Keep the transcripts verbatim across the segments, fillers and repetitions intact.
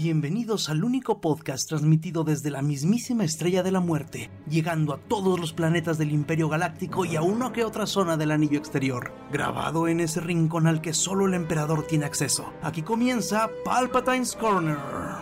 Bienvenidos al único podcast transmitido desde la mismísima Estrella de la Muerte, llegando a todos los planetas del Imperio Galáctico y a una que otra zona del anillo exterior, grabado en ese rincón al que solo el emperador tiene acceso. Aquí comienza Palpatine's Corner.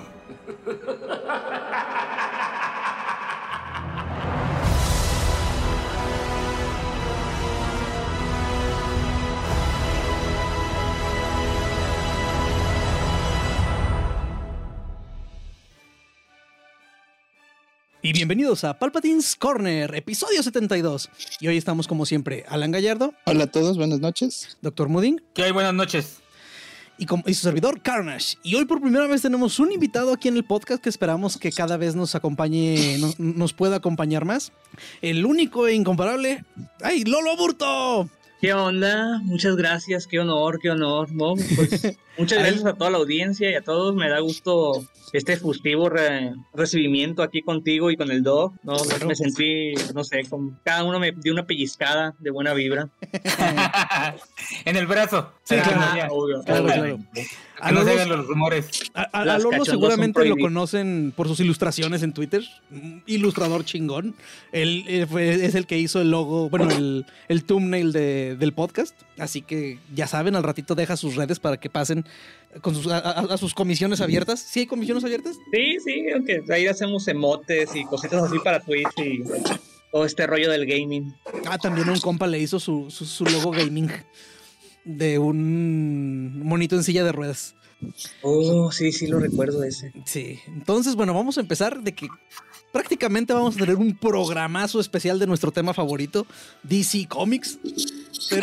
Y bienvenidos a Palpatine's Corner, episodio setenta y dos. Y hoy estamos como siempre, Alan Gallardo. Hola a todos, buenas noches. Doctor Mudding. ¿Qué hay? Buenas noches. Y, como, y su servidor, Carnage. Y hoy por primera vez tenemos un invitado aquí en el podcast que esperamos que cada vez nos acompañe, no, nos pueda acompañar más. El único e incomparable, ¡ay, Lolo Aburto! ¿Qué onda? Muchas gracias, qué honor, qué honor, ¿no? Pues, muchas gracias a toda la audiencia y a todos, me da gusto este efusivo re recibimiento aquí contigo y con el Doc, ¿no? Claro. Me sentí, no sé, con cada uno me dio una pellizcada de buena vibra. En el brazo. Sí, claro, obvio, claro, claro. A no se hagan los rumores. A, a, a Lolo seguramente lo conocen por sus ilustraciones en Twitter. Ilustrador chingón. Él, él fue, es el que hizo el logo, bueno, el, el thumbnail de, del podcast. Así que ya saben, al ratito deja sus redes para que pasen con sus, a, a, a sus comisiones abiertas. ¿Sí hay comisiones abiertas? Sí, sí, aunque ahí hacemos emotes y cositas así para Twitch y todo este rollo del gaming. Ah, también un compa le hizo su, su, su logo gaming de un monito en silla de ruedas. Oh, sí, sí lo recuerdo ese. Sí, entonces, bueno, vamos a empezar de que prácticamente vamos a tener un programazo especial de nuestro tema favorito, D C Comics. Pero...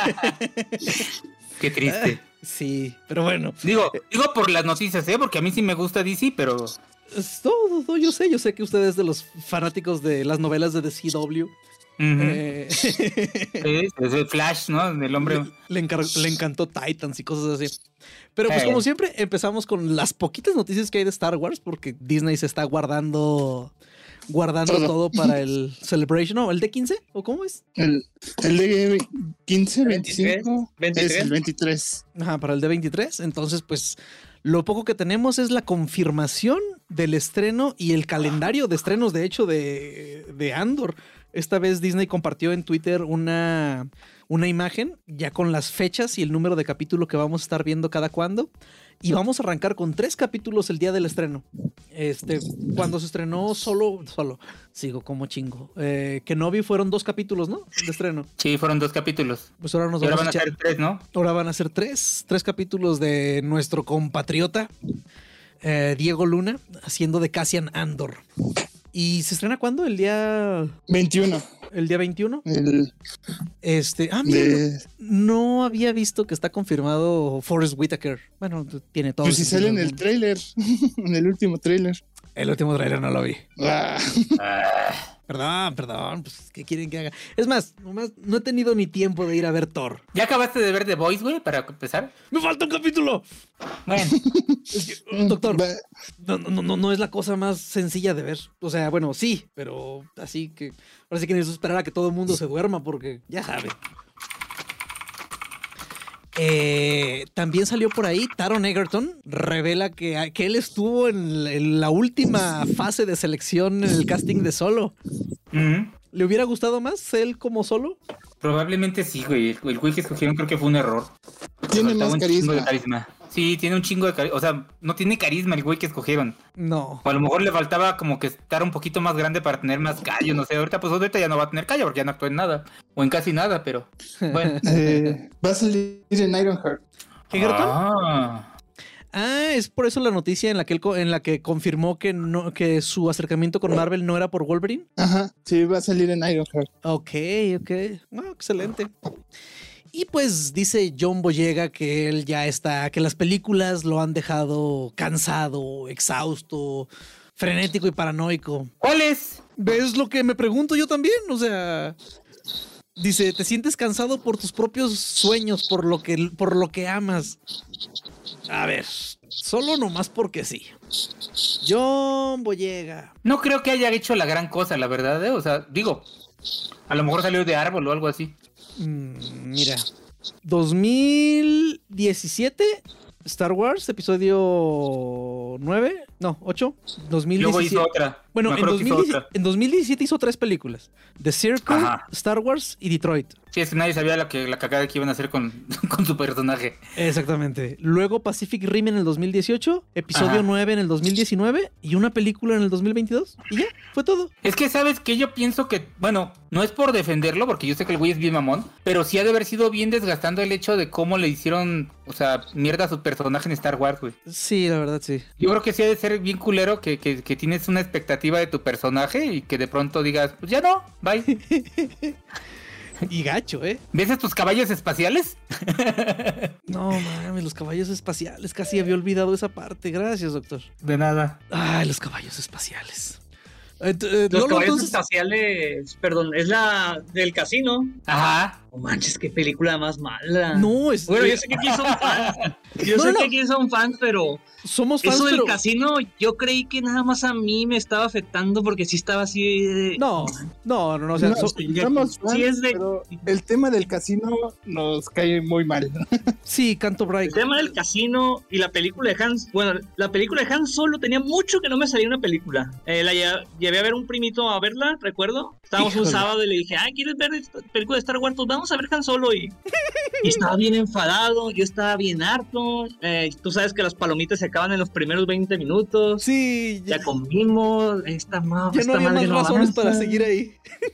Qué triste. Sí, pero bueno. Digo, digo por las noticias, ¿eh? Porque a mí sí me gusta D C, pero... Todo, todo, yo sé, yo sé que usted es de los fanáticos de las novelas de D C W. Uh-huh. eh... sí, es el Flash, ¿no? El hombre. Le, le, le encantó Titans y cosas así. Pero pues hey. Como siempre, empezamos con las poquitas noticias que hay de Star Wars, porque Disney se está guardando guardando todo, todo para el Celebration, ¿no? ¿El D quince? ¿O cómo es? El, el D quince, veinticinco, veintitrés. Es el veintitrés. Ajá, para el D veintitrés. Entonces, pues, lo poco que tenemos es la confirmación del estreno y el calendario de estrenos, de hecho, de, de Andor. Esta vez Disney compartió en Twitter una, una imagen ya con las fechas y el número de capítulo que vamos a estar viendo cada cuándo. Y vamos a arrancar con tres capítulos el día del estreno. Este, cuando se estrenó solo, solo, sigo como chingo. Eh, Kenobi fueron dos capítulos, ¿no? De estreno. Sí, fueron dos capítulos. Pues ahora nos y vamos ahora van a, a ser tres, ¿no? Ahora van a ser tres, tres capítulos de nuestro compatriota eh, Diego Luna haciendo de Cassian Andor. ¿Y se estrena cuándo? ¿El día veintiuno? ¿El día veintiuno? El... Este, ah, mira, de... no, no había visto que está confirmado Forrest Whitaker. Bueno, tiene todo. Pues si sale en el tráiler, en el último tráiler. El último tráiler no lo vi. Ah. Ah. Perdón, perdón, pues, ¿qué quieren que haga? Es más, nomás no he tenido ni tiempo de ir a ver Thor. ¿Ya acabaste de ver The Boys, güey, para empezar? ¡Me falta un capítulo! Bueno. Es que, doctor, no, no, no, no es la cosa más sencilla de ver. O sea, bueno, sí, pero así que... Ahora sí que necesito esperar a que todo el mundo se duerma porque ya sabe. Eh, también salió por ahí Taron Egerton, revela que, que él estuvo en, en la última fase de selección en el casting de Solo. Uh-huh. ¿Le hubiera gustado más él como Solo? Probablemente sí, güey. El, el güey que escogieron creo que fue un error. Tiene más carisma. carisma. Sí, tiene un chingo de carisma. O sea, no tiene carisma el güey que escogieron. No. O a lo mejor le faltaba como que estar un poquito más grande para tener más callo. No sé, ahorita pues ahorita ya no va a tener callo porque ya no actuó en nada. O en casi nada, pero bueno. eh, va a salir en Ironheart. ¿Egerton? Ah. Ah, es por eso la noticia en la que él, en la que confirmó que no, que su acercamiento con Marvel no era por Wolverine. Ajá, sí, va a salir en Ironheart. Ok, ok. Oh, excelente. Y pues dice John Boyega que él ya está, que las películas lo han dejado cansado, exhausto, frenético y paranoico. ¿Cuál es? ¿Ves lo que me pregunto yo también? O sea, dice, te sientes cansado por tus propios sueños, por lo que, por lo que amas. A ver, solo nomás porque sí. John Boyega. No creo que haya hecho la gran cosa, la verdad, ¿eh? O sea, digo, a lo mejor salió de árbol o algo así. Mm, mira, dos mil diecisiete Star Wars, episodio o nueve, no, ocho, dos mil diecisiete. Luego hizo otra. Bueno, Me en, acuerdo que hizo dos mil diecisiete, otra. en dos mil diecisiete hizo tres películas. The Circle, Ajá. Star Wars y Detroit. Sí, es que nadie sabía la, que, la cagada que iban a hacer con, con su personaje. Exactamente. Luego Pacific Rim en el dos mil dieciocho, episodio Ajá. nueve en el dos mil diecinueve y una película en el dos mil veintidós. Y ya, fue todo. Es que, ¿sabes qué? Yo pienso que, bueno, no es por defenderlo, porque yo sé que el güey es bien mamón, pero sí ha de haber sido bien desgastando el hecho de cómo le hicieron, o sea, mierda a su personaje en Star Wars, güey. Sí, la verdad, sí. Yo creo que sí ha de ser bien culero que, que, que tienes una expectativa de tu personaje y que de pronto digas, pues ya no, bye. Y gacho, ¿eh? ¿Ves a tus caballos espaciales? No, mames, los caballos espaciales. Casi había olvidado esa parte. Gracias, doctor. De nada. Ay, los caballos espaciales. Eh, eh, Los Lolo, caballos entonces- espaciales, perdón, es la del casino. Ajá. No manches, qué película más mala. No, es. Bueno, eh, yo sé que aquí son fans. Yo No, sé no. que aquí son fans, pero somos fans, eso del pero- casino, yo creí que nada más a mí me estaba afectando porque sí estaba así de... No, no, no, no. O sea, No, so- sí, somos fans, sí es de- pero el tema del casino nos cae muy mal. sí, Canto El Bright. tema del casino y la película de Hans, bueno, la película de Han Solo tenía mucho que no me salía una película. Eh, la lle- llevé a ver un primito a verla, recuerdo. Estábamos un Híjole. sábado y le dije, ay, ¿quieres ver esta película de Star Wars? Pues vamos a ver Han Solo. Y, y estaba bien enfadado, yo estaba bien harto. Eh, tú sabes que las palomitas se acaban en los primeros veinte minutos. Sí, ya, Ya comimos, esta, ma- ya esta no había madre más no razones avanza. para seguir ahí.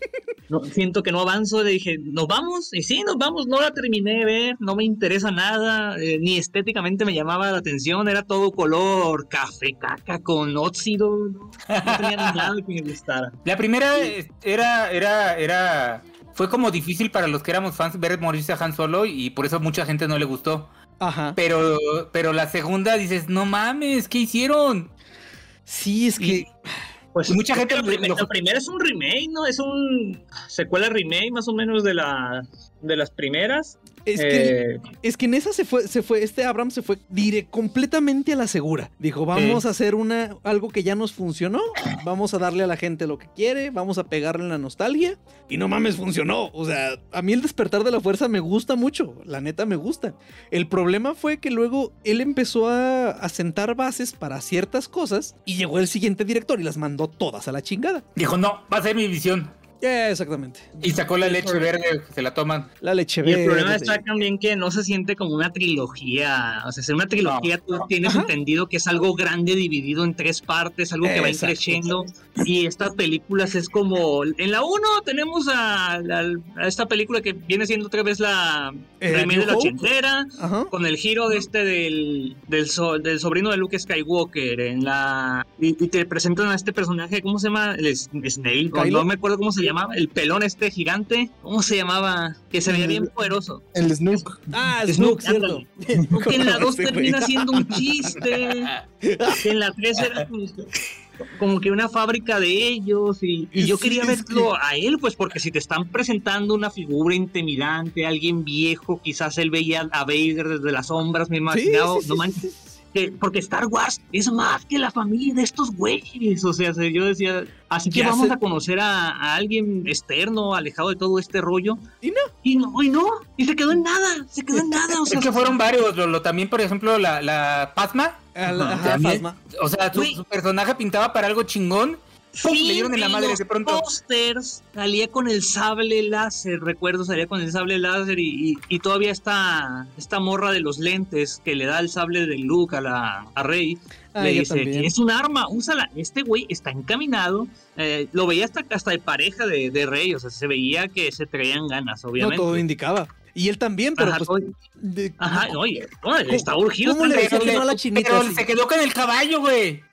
No, siento que no avanzo, le dije, ¿nos vamos? Y sí, nos vamos, no la terminé de ver, no me interesa nada, eh, ni estéticamente me llamaba la atención, era todo color café, caca, con óxido, no, no tenía nada que me gustara. La primera eh, era, era, era... Fue como difícil para los que éramos fans ver morirse a Han Solo y por eso mucha gente no le gustó. Ajá. Pero, pero la segunda dices, no mames, ¿qué hicieron? Sí, es que. Pues Y mucha es gente que la, lo- primer- lo- la primera es un remake, ¿no? Es un secuela remake más o menos de la de las primeras. Es que, Eh, es que en esa se fue, se fue, este Abrams se fue dire, completamente a la segura. Dijo, vamos Sí. a hacer una, algo que ya nos funcionó, vamos a darle a la gente lo que quiere, vamos a pegarle en la nostalgia. Y no mames, funcionó. O sea, a mí el despertar de la fuerza me gusta mucho, la neta me gusta. El problema fue que luego él empezó a, a sentar bases para ciertas cosas y llegó el siguiente director y las mandó todas a la chingada. Dijo, no, va a ser mi visión. Eh, exactamente. Y sacó la leche verde, se la toman. La leche Y el problema verde. está también que no se siente como una trilogía. O sea, ser una trilogía, tú tienes Ajá. entendido que es algo grande dividido en tres partes, algo que va Exacto. creciendo. Y estas películas es como. En la uno tenemos a, la- a esta película que viene siendo otra vez la Eh, remake de la New Hope. ochentera. Ajá. Con el giro de este del, del, so- del sobrino de Luke Skywalker. En la. Y, y te presentan a este personaje, ¿cómo se llama? El S- Snail. No, ¿Kylo? no me acuerdo cómo se llamaba. El pelón este gigante. ¿Cómo se llamaba? Que se veía bien poderoso. El Snook. Ah, Snook, Snook, cierto. Que en la dos Ese güey. termina siendo un chiste. Que en la tres era como, como que una fábrica de ellos. Y, y yo Sí, quería es verlo a él, pues porque si te están presentando una figura intimidante, alguien viejo, quizás él veía a Vader desde las sombras, me Sí, imaginaba. sí, sí, no sí, manches. sí, sí. Que- porque Star Wars es más que la familia de estos güeyes. O sea, yo decía, así que Ya vamos sé. a conocer a, a alguien externo, alejado de todo este rollo. Y no. Y no, y no, y se quedó en nada, se quedó en nada. O sea, Es que fueron varios, Lolo. También, por ejemplo, la, la Pasma. A la- Ajá, ajá, También. Phasma. O sea, su, Güey. su personaje pintaba para algo chingón. ¡Pum! sí, Le dieron en la en madre los de pronto. pósters salía con el sable láser, recuerdo, salía con el sable láser y, y, y todavía está esta morra de los lentes que le da el sable de Luke a la a Rey. Ah, le yo dice, también. es un arma, úsala. Este güey está encaminado. Eh, lo veía hasta, hasta de pareja de, de Rey, o sea, se veía que se traían ganas, No, obviamente. todo indicaba. Y él también, pero Ajá, pues. oye, de- ajá, no, oye, oye, ¿Cómo- está urgido. cómo le está decía que no a la le- chinita? pero así? se quedó con el caballo, güey.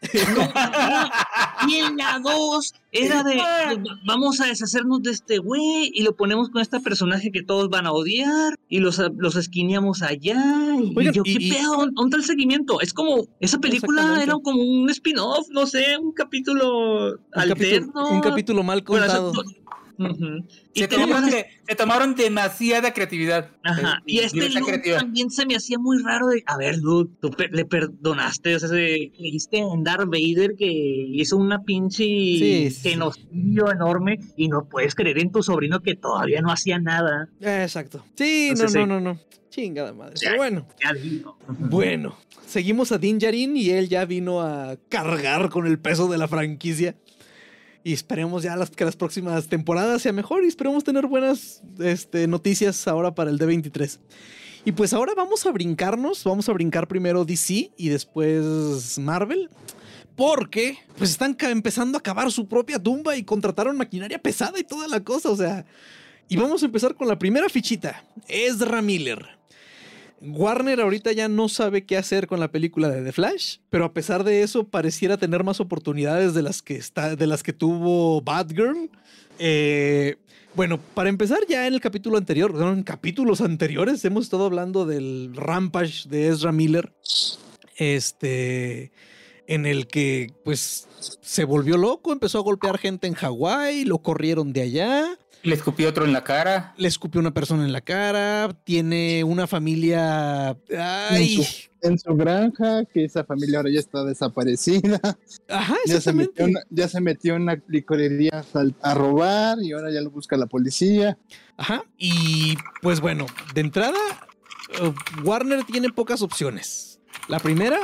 Y en la dos era de, de, vamos a deshacernos de este güey y lo ponemos con este personaje que todos van a odiar y los, los esquineamos allá. Y, Oigan, y yo, y- ¿qué y- pedo? ¿Dónde está el seguimiento? Es como, esa película Exactamente. era como un spin-off, no sé, un capítulo Un alterno. capítulo, un capítulo mal Bueno, o sea, contado. tú- Uh-huh. Se, tomaron de, se tomaron demasiada creatividad. Ajá. Y, y este Luke también se me hacía muy raro de, a ver, Luke, tú pe- le perdonaste, o sea, se, leíste en Darth Vader que hizo una pinche sí, sí. genocidio enorme y no puedes creer en tu sobrino que todavía no hacía nada. Exacto. Sí, Entonces, no, no, no, no. Chingada madre. Ya, Pero bueno. Ya vino. Bueno, seguimos a Din Djarin y él ya vino a cargar con el peso de la franquicia. Y esperemos ya las, que las próximas temporadas sea mejor y esperemos tener buenas este, noticias ahora para el D veintitrés. Y pues ahora vamos a brincarnos, vamos a brincar primero D C y después Marvel. Porque pues están empezando a cavar su propia tumba y contrataron maquinaria pesada y toda la cosa, o sea... Y vamos a empezar con la primera fichita, Ezra Miller. Warner ahorita ya no sabe qué hacer con la película de The Flash, pero a pesar de eso pareciera tener más oportunidades de las que, está, de las que tuvo Batgirl. Eh, bueno, para empezar ya en el capítulo anterior, no, en capítulos anteriores hemos estado hablando del Rampage de Ezra Miller, este, en el que pues se volvió loco, empezó a golpear gente en Hawái, lo corrieron de allá. Le escupió otro en la cara. Le escupió una persona en la cara. Tiene una familia... ¡Ay! En su, en su granja, que esa familia ahora ya está desaparecida. Ajá, exactamente. Ya se metió, una, ya se metió en una licorería a, a robar y ahora ya lo busca la policía. Ajá. Y pues bueno, de entrada, uh, Warner tiene pocas opciones. La primera,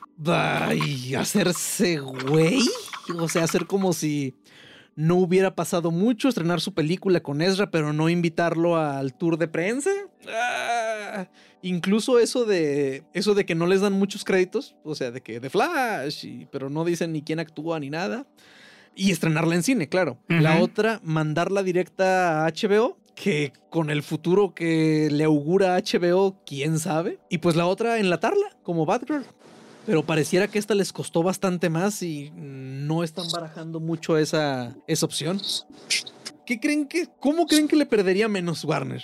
ay, hacerse güey. O sea, hacer como si... no hubiera pasado mucho, estrenar su película con Ezra, pero no invitarlo al tour de prensa. Ah, incluso eso de eso de que no les dan muchos créditos, o sea, de que de Flash, y, pero no dicen ni quién actúa ni nada. Y estrenarla en cine, claro. Uh-huh. La otra, mandarla directa a H B O, que con el futuro que le augura a H B O, quién sabe. Y pues la otra, enlatarla como Batgirl. Pero pareciera que esta les costó bastante más y no están barajando mucho esa, esa opción. ¿Qué creen que, ¿Cómo creen que le perdería menos Warner?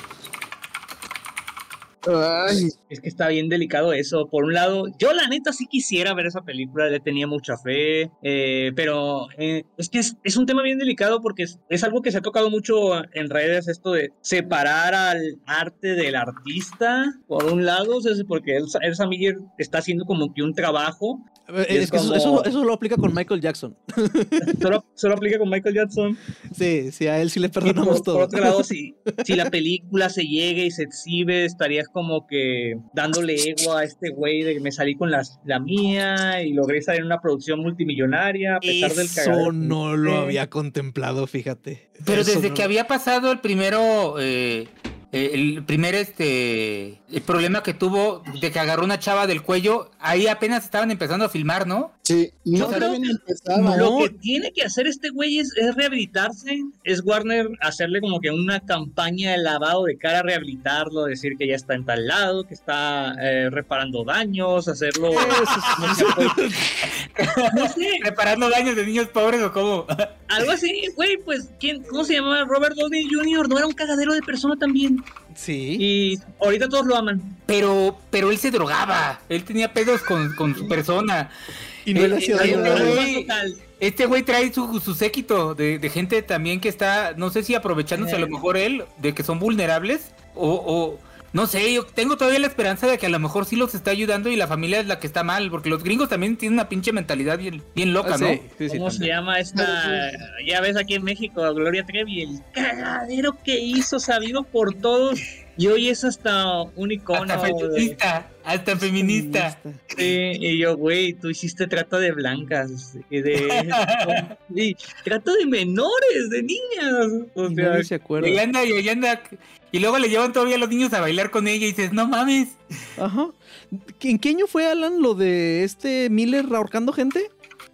Ay, es que está bien delicado eso. Por un lado, yo la neta sí quisiera ver esa película, le tenía mucha fe, eh, pero eh, es que es, es un tema bien delicado porque es, es algo que se ha tocado mucho en redes, esto de separar al arte del artista, por un lado, o sea, porque Ezra Miller está haciendo como que un trabajo. Es es que como... eso, eso lo aplica con Michael Jackson. ¿Solo, solo aplica con Michael Jackson? Sí, sí, a él sí le perdonamos por, todo. Por otro lado, si, si la película se llega y se exhibe, estarías como que dándole ego a este güey de que me salí con la, la mía y logré salir en una producción multimillonaria a pesar eso del cagadero. Eso no lo había contemplado, fíjate. Pero eso desde no... que había pasado el primero... Eh... El primer este el problema que tuvo de que agarró una chava del cuello, ahí apenas estaban empezando a filmar, ¿no? Sí, no, no, no, no. Lo que tiene que hacer este güey es, es rehabilitarse, es Warner hacerle como que una campaña de lavado de cara, rehabilitarlo, decir que ya está en tal lado, que está eh, reparando daños, hacerlo... no sé. ¿Reparando daños de niños pobres o cómo? Algo así, güey, pues, ¿quién, ¿cómo se llamaba? Robert Downey junior, ¿no era un cagadero de persona también? Sí. Y ahorita todos lo aman. Pero, pero él se drogaba. Él tenía pedos con, con su persona. Y no él, le hacía este daño. Güey, este güey trae su, su séquito de, de gente también que está, no sé si aprovechándose eh. a lo mejor él, de que son vulnerables. O, o no sé, yo tengo todavía la esperanza de que a lo mejor sí los está ayudando y la familia es la que está mal. Porque los gringos también tienen una pinche mentalidad bien, bien loca, ah, sí, ¿no? Sí, sí, ¿Cómo también. se llama esta? Ya ves aquí en México, Gloria Trevi, el cagadero que hizo, sabido por todos. Y hoy es hasta un icono. Hasta feminista, de... hasta feminista. Sí, y yo, güey, tú hiciste trata de blancas. Y de, y trata de menores, de niñas. O sea, no se acuerda. Y anda, y anda. Y luego le llevan todavía a los niños a bailar con ella y dices, no mames. Ajá. ¿En qué año fue, Alan, lo de este Miller ahorcando gente?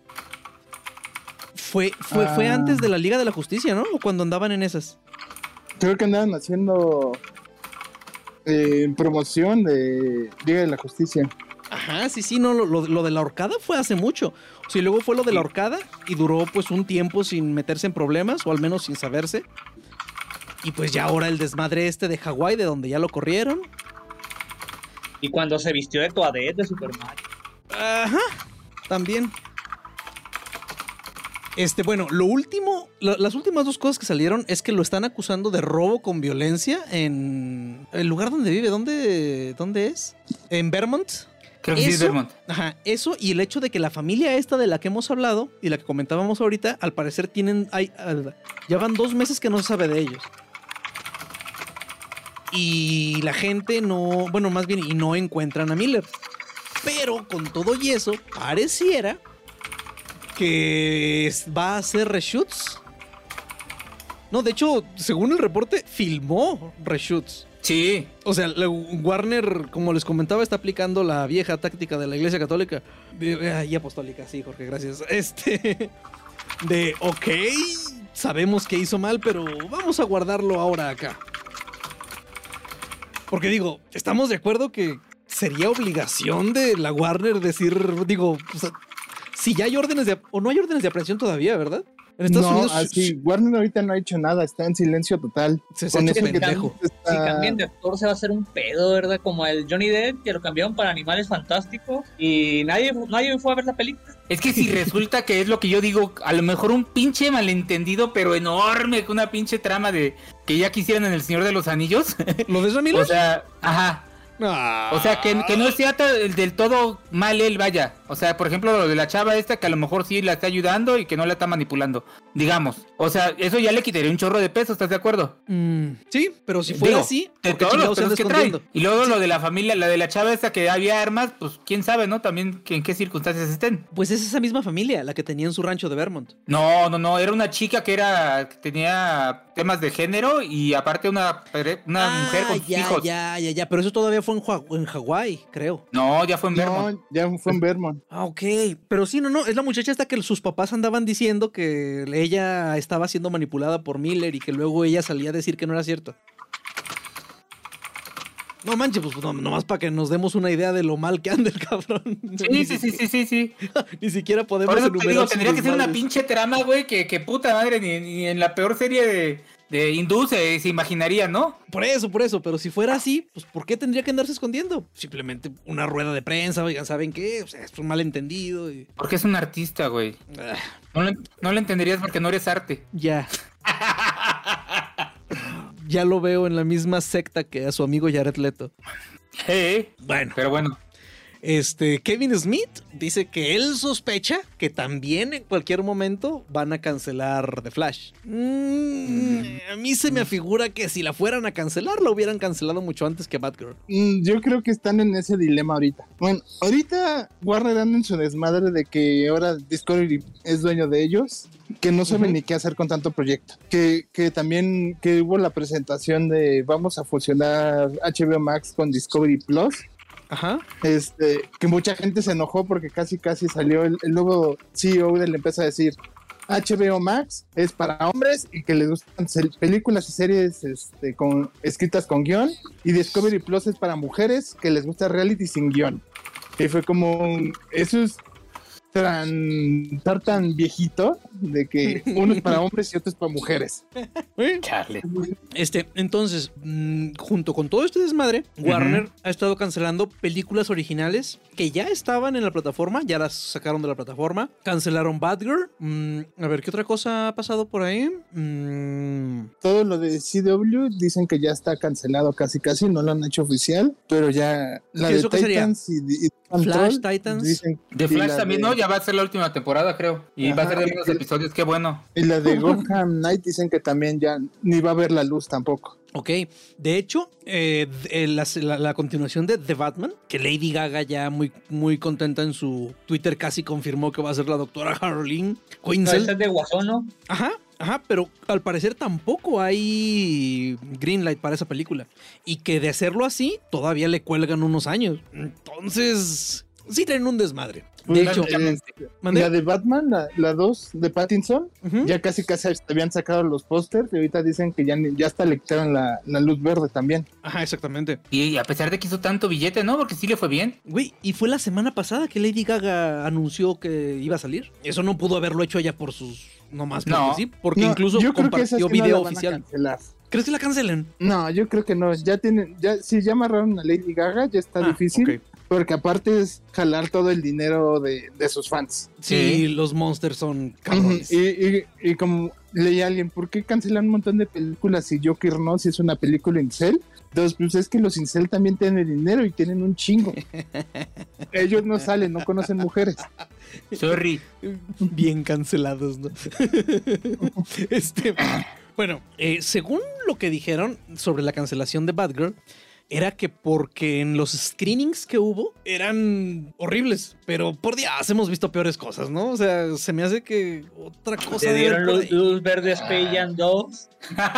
Fue, fue, ah. fue antes de la Liga de la Justicia, ¿no? O cuando andaban en esas. Creo que andaban haciendo... Eh, promoción de Liga de la Justicia. Ajá, sí, sí, no, lo, lo, lo de la horcada fue hace mucho. O sea, luego fue lo de la horcada y duró pues un tiempo sin meterse en problemas, o al menos sin saberse. Y pues ya ahora el desmadre este de Hawái, de donde ya lo corrieron. Y cuando se vistió de Toadette de Super Mario. Ajá, también. Este, bueno, lo último la, las últimas dos cosas que salieron es que lo están acusando de robo con violencia en el lugar donde vive. ¿Dónde, dónde es? ¿En Vermont? Creo que sí es Vermont. Ajá, eso y el hecho de que la familia esta de la que hemos hablado y la que comentábamos ahorita, al parecer tienen, hay, llevan dos meses que no se sabe de ellos. Y la gente no, bueno, más bien, y no encuentran a Miller. Pero con todo y eso, pareciera que va a hacer reshoots. No, de hecho, según el reporte, filmó reshoots. Sí. O sea, Warner, como les comentaba, está aplicando la vieja táctica de la Iglesia Católica. Y apostólica, sí, Jorge, gracias. Este. De, ok, sabemos que hizo mal, pero vamos a guardarlo ahora acá. Porque digo, estamos de acuerdo que sería obligación de la Warner decir, digo, o sea, si ya hay órdenes de... O no hay órdenes de aprehensión todavía, ¿verdad? En Estados no, Unidos... así, Warner ahorita no ha hecho nada, está en silencio total. Se Con hecho eso que pendejo. está... Si cambian de actor se va a hacer un pedo, ¿verdad? Como el Johnny Depp, que lo cambiaron para Animales Fantásticos y nadie, nadie fue a ver la película. Es que si resulta que es lo que yo digo, a lo mejor un pinche malentendido, pero enorme, con una pinche trama de que ya quisieran en El Señor de los Anillos. ¿Lo ves, Ramiro? O sea, ajá. Ah. O sea, que, que no sea del todo mal él, vaya. O sea, por ejemplo, lo de la chava esta que a lo mejor sí la está ayudando y que no la está manipulando, digamos. O sea, eso ya le quitaría un chorro de peso, ¿estás de acuerdo? Mm, sí, pero si fuera Digo, así, de ¿por qué todos los chingados se pesos anda que trae. escondiendo? Y luego lo de la familia, la de la chava esta que había armas, pues quién sabe, ¿no? También que en qué circunstancias estén. Pues es esa misma familia la que tenía en su rancho de Vermont. No, no, no, era una chica que era que tenía temas de género y aparte una, una ah, mujer con sus ya, hijos. Ya, ya, ya, pero eso todavía fue en, en Hawái, creo. No, ya fue en Vermont. No, ya fue en Vermont. Ah, ok. Pero sí, no, no, es la muchacha esta que sus papás andaban diciendo que ella estaba siendo manipulada por Miller y que luego ella salía a decir que no era cierto. No manches, pues no, nomás para que nos demos una idea de lo mal que anda el cabrón. Sí, sí, sí, sí, sí, sí. Ni siquiera podemos Por eso te enumerar digo, sus tendría que ser una desmadres. pinche trama, güey, que, que puta madre, ni, ni en la peor serie de, de hindú se, se imaginaría, ¿no? Por eso, por eso, pero si fuera así, pues ¿por qué tendría que andarse escondiendo? Simplemente una rueda de prensa, oigan, ¿saben qué? O sea, es un malentendido y... Porque es un artista, güey. Ah, No lo, no lo entenderías porque no eres arte. ya. Ya lo veo en la misma secta que a su amigo Jared Leto. Eh, Bueno, pero bueno. este Kevin Smith dice que él sospecha que también en cualquier momento van a cancelar The Flash. Mm, a mí se me afigura que si la fueran a cancelar, la hubieran cancelado mucho antes que Batgirl. Mm, Yo creo que están en ese dilema ahorita. Bueno, ahorita Warner anda en su desmadre de que ahora Discovery es dueño de ellos, que no saben Ujú. ni qué hacer con tanto proyecto. Que, que también que hubo la presentación de vamos a fusionar H B O Max con Discovery Plus. Ajá. Este, que mucha gente se enojó porque casi casi salió el, el nuevo C E O de la empresa a decir H B O Max es para hombres y que les gustan películas y series este, con, escritas con guión, y Discovery Plus es para mujeres que les gusta reality sin guión. Y fue como, eso es tan, estar tan viejito de que uno es para hombres y otro es para mujeres. ¿Eh? Charle. Este, entonces, mmm, junto con todo este desmadre, Warner uh-huh. ha estado cancelando películas originales que ya estaban en la plataforma, ya las sacaron de la plataforma. Cancelaron Batgirl. Mm, a ver, ¿qué otra cosa ha pasado por ahí? Mm. Todo lo de C W dicen que ya está cancelado casi casi, no lo han hecho oficial, pero ya la de Titans y, y Flash, Titans. Dicen, de Flash también, de... ¿no? Ya va a ser la última temporada, creo. Y Ajá, va a ser de menos episodios, qué bueno. Y la de Gotham Knight dicen que también ya ni va a ver la luz tampoco. Ok, de hecho, eh, la, la, la continuación de The Batman, que Lady Gaga ya muy, muy contenta en su Twitter casi confirmó que va a ser la doctora Harleen Quinzel. No, es de Guasón, ¿no? Ajá, ajá, pero al parecer tampoco hay greenlight para esa película. Y que de hacerlo así, todavía le cuelgan unos años. Entonces, sí tienen un desmadre. De Pues, hecho, eh, la de Batman, la dos de Pattinson, uh-huh. ya casi casi habían sacado los pósters y ahorita dicen que ya, ya hasta le quitaron la, la luz verde también. Ajá, exactamente. Y a pesar de que hizo tanto billete, ¿no? Porque sí le fue bien. Güey, y fue la semana pasada que Lady Gaga anunció que iba a salir. Eso no pudo haberlo hecho ella por sus... Nomás porque no. sí, porque no, incluso yo creo compartió que es que video no la oficial. Van a ¿Crees que la cancelen? No, yo creo que no. Ya tienen, ya si ya amarraron a Lady Gaga, ya está ah, difícil. Okay. porque aparte es jalar todo el dinero de, de sus fans. Sí, Sí. los monsters son Ujú, cabrones. Y, y, y como leí a alguien, ¿por qué cancelan un montón de películas si Joker no, si es una película incel? Entonces, pues es que los incel también tienen dinero y tienen un chingo. Ellos no salen, no conocen mujeres. Sorry. Bien cancelados, ¿no? este, bueno, eh, según lo que dijeron sobre la cancelación de Batgirl, era que porque en los screenings que hubo eran horribles, pero por Dios hemos visto peores cosas, ¿no? O sea, se me hace que otra cosa... ¿Le debe dieron haber por luz, ahí. luz verde a Space Jam dos?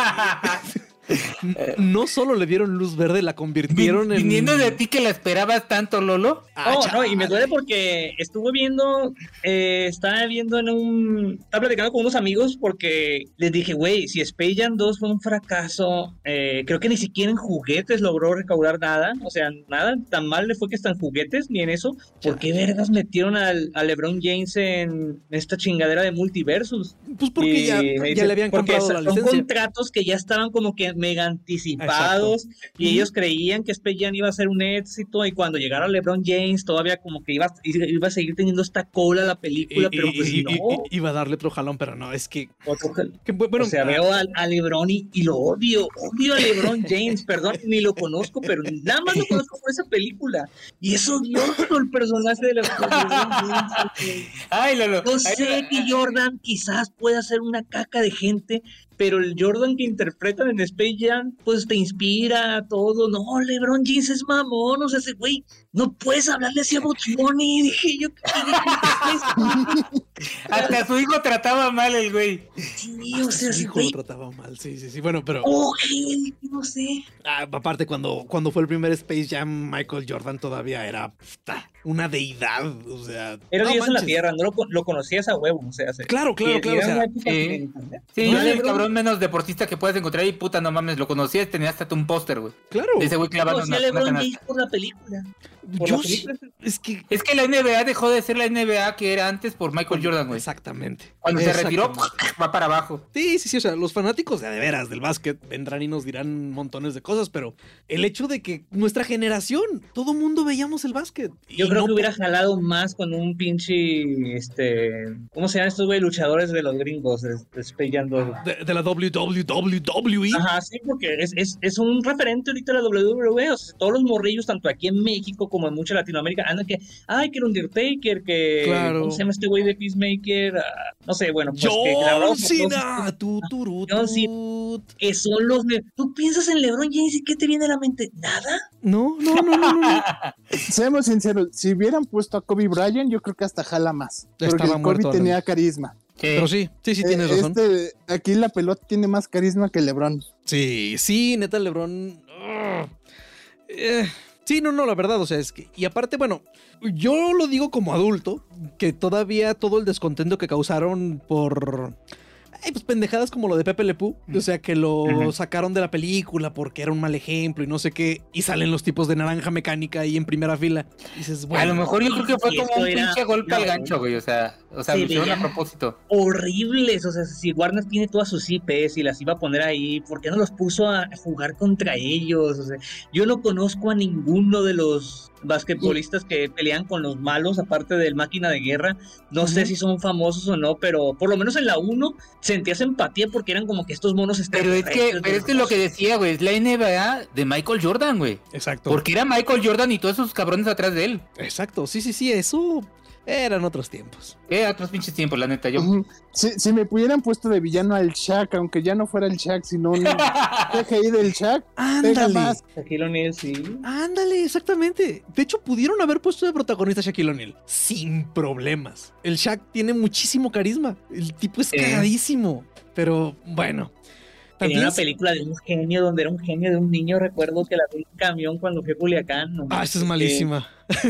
No solo le dieron luz verde, la convirtieron en... Viniendo de ti que la esperabas tanto, Lolo. Ah, No, no, chaval. y me duele porque estuve viendo, eh, estaba viendo en un, estaba platicando con unos amigos porque les dije, güey, si Space Jam dos fue un fracaso, eh, creo que ni siquiera en juguetes logró recaudar nada, o sea, nada, tan mal le fue que hasta en juguetes ni en eso, ¿por qué vergas metieron al, a LeBron James en esta chingadera de Multiversus? Pues porque Y ya, me ya dice, le habían porque comprado son la licencia. contratos que ya estaban como que mega anticipados y Ujú. ellos creían que Space Jam iba a ser un éxito y cuando llegara LeBron James todavía como que iba, iba a seguir teniendo esta cola la película, Y- pero y- pues y- no. y- y- iba a darle otro jalón, pero no, es que... Otro- que, bueno, o sea, veo a, a LeBron y, y lo odio, odio a LeBron James, perdón, ni lo conozco, pero nada más lo conozco por esa película. Y es odioso el personaje de LeBron James. Ay, Lolo. Yo Ay, sé que Jordan quizás pueda ser una caca de gente, pero el Jordan que interpretan en Space Jam, pues te inspira todo. No, LeBron James es mamón, o sea, ese güey, no puedes hablarle así a Bugs Bunny. Dije yo, ¿qué Hasta su hijo trataba mal el güey. sí, hasta o sea, su ese hijo güey, lo trataba mal, sí, sí, sí. Bueno, pero... oje, no sé. Ah, aparte, cuando, cuando fue el primer Space Jam, Michael Jordan todavía era puta, una deidad. O sea, Era no Dios en la manches. tierra, no lo, con- lo conocías a huevo, o sea, se- Claro, claro, y- claro. y O era sea, una época sí. que- ¿eh? Sí, No, es el LeBron- cabrón menos deportista que puedas encontrar y puta, no mames, lo conocías, tenías hasta un póster, güey. claro. De ese güey clavando conocía a una, una LeBron canasta. James por la película. por Yo la sí. película. Es que. Es que la N B A dejó de ser la N B A que era antes por Michael Jordan, güey. Exactamente. Cuando se retiró, Exactamente. va para abajo. Sí, sí, sí. O sea, los fanáticos de, de veras del básquet vendrán y nos dirán montones de cosas, pero el hecho de que nuestra generación, todo mundo veíamos el básquet. Yo y creo no que hubiera jalado más con un pinche, este, ¿cómo se llaman estos güey luchadores de los gringos? de- de Space Jam dos? De, de la W W W E. Ajá, sí, porque es, es, es un referente ahorita de la W W E, o sea, todos los morrillos, tanto aquí en México como en mucha Latinoamérica, andan que, ay, que el Undertaker, que, Claro. ¿cómo se llama este güey de Peacemaker? Ah, no sé, bueno, pues que John grabaron Cena. Tu, turu, John tut. que son los... de- ¿Tú piensas en LeBron James y qué te viene a la mente? ¿Nada? No, no, no, no, no, no. Seamos sinceros, si hubieran puesto a Kobe Bryant, yo creo que hasta jala más. Ya Porque estaba el muerto, Kobe Alan. tenía carisma. Pero sí, sí, sí, tienes Eh, razón. Este, aquí la pelota tiene más carisma que LeBron. Sí, sí, neta, LeBron. ugh. Eh, sí, no, no, la verdad, o sea, es que. Y aparte, bueno, yo lo digo como adulto, que todavía todo el descontento que causaron por. Ay, pues pendejadas como lo de Pepe Le Pew. O sea, que lo Ujú. sacaron de la película porque era un mal ejemplo y no sé qué. Y salen los tipos de naranja mecánica ahí en primera fila. Y dices, bueno. A lo mejor yo creo que fue Y como esto un era- pinche golpe al no, gancho, güey. O sea, o sea, se lo hicieron a veía- propósito. Horribles, o sea, si Warner tiene todas sus I Ps y las iba a poner ahí, ¿por qué no los puso a jugar contra ellos? O sea, yo no conozco a ninguno de los basquetbolistas que pelean con los malos, aparte del Máquina de Guerra. No sé Ujú. si son famosos o no, pero por lo menos en la uno sentías empatía porque eran como que estos monos Pero es que, pero es que lo que decía, güey, es la N B A de Michael Jordan, güey. Exacto. Porque era Michael Jordan y todos esos cabrones atrás de él. Exacto, sí, sí, sí, eso eran otros tiempos. Eh, otros pinches tiempos, la neta. Yo. Ujú. Si, si me hubieran puesto de villano al Shaq, aunque ya no fuera el Shaq, sino un C G I del Shaq, pega Ándale. más. Shaquille O'Neal, sí. Ándale, exactamente. De hecho, pudieron haber puesto de protagonista a Shaquille O'Neal sin problemas. El Shaq tiene muchísimo carisma. El tipo es Sí. cagadísimo. Pero bueno. Tenía También una película de un genio donde era un genio de un niño. Recuerdo que la vi en camión cuando fui a Culiacán. ¿no? Ah, esa es Qué- malísima.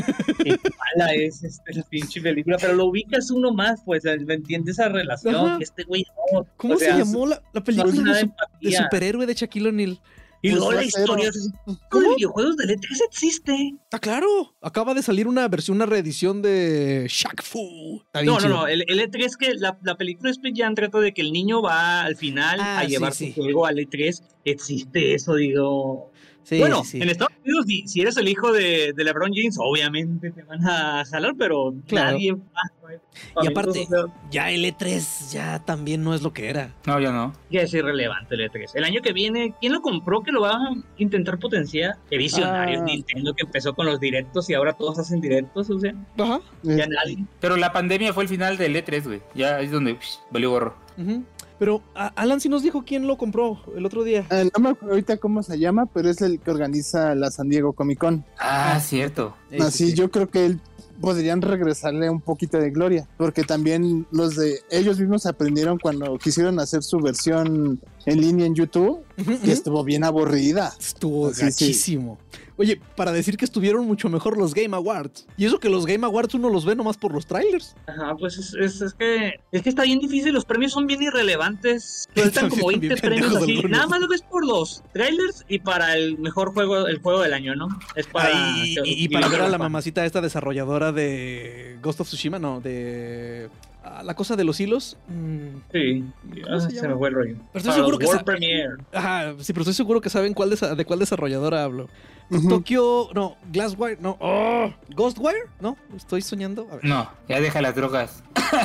Qué mala es este, la pinche película, pero lo ubicas uno más, pues, ¿me entiendes esa relación? Ajá. Que este güey no. ¿Cómo o se sea, llamó la, la película no hay de, nada de su- de empatía. superhéroe de Shaquille O'Neal? Y luego Pues la va a ser- historia, es- todo el videojuegos de E tres existe. Ah, claro. Acaba de salir una versión, una reedición de Shaq Fu. Está bien No, no, chido. no, el, el E tres que la, la película Space Jam trata de que el niño va al final Ah, a sí, llevar sí. su juego al E tres. Existe eso, digo. Sí, bueno, sí, sí. en Estados Unidos, si, si eres el hijo de, de LeBron James, obviamente te van a jalar, pero Claro. nadie va. Y aparte, ya el E tres ya también no es lo que era. No, yo no. Ya es irrelevante el E tres. El año que viene, ¿quién lo compró que lo va a intentar potenciar? Qué visionario Ah. Nintendo, que empezó con los directos y ahora todos hacen directos, o sea, Ajá. ya Este, nadie. Pero la pandemia fue el final del E tres, güey. Ya es donde psh, valió gorro. Ujú. Pero a- Alan sí nos dijo quién lo compró el otro día. ah, no me acuerdo ahorita cómo se llama, pero es el que organiza la San Diego Comic Con. Ah, cierto. Eh, Así sí, sí. yo creo que él podrían regresarle un poquito de gloria, porque también los de ellos mismos aprendieron cuando quisieron hacer su versión en línea en YouTube, Ujú, que ujú. estuvo bien aburrida. Estuvo Sí, sí. gachísimo. Oye, para decir que estuvieron mucho mejor los Game Awards. Y eso que los Game Awards uno los ve nomás por los trailers. Ajá, pues es, es, es que es que está bien difícil, los premios son bien irrelevantes. Sueltan como También veinte bien premios pendejos así. algunos. Nada más lo ves por los trailers y para el mejor juego, el juego del año, ¿no? Es para. Ah, y, y- y para ver a la mamacita esta desarrolladora de Ghost of Tsushima, no, de ah, la cosa de los hilos. Mm, Sí, ¿Cómo ah, se se, llama? me fue el rollo. Pero estoy Para seguro los que World sa- Premiere. Ajá, sí, pero estoy seguro que saben cuál desa- de cuál desarrolladora hablo. Ujú. Tokyo, no, Glasswire, no, oh, Ghostwire, no, estoy soñando. A ver. No, ya deja las drogas.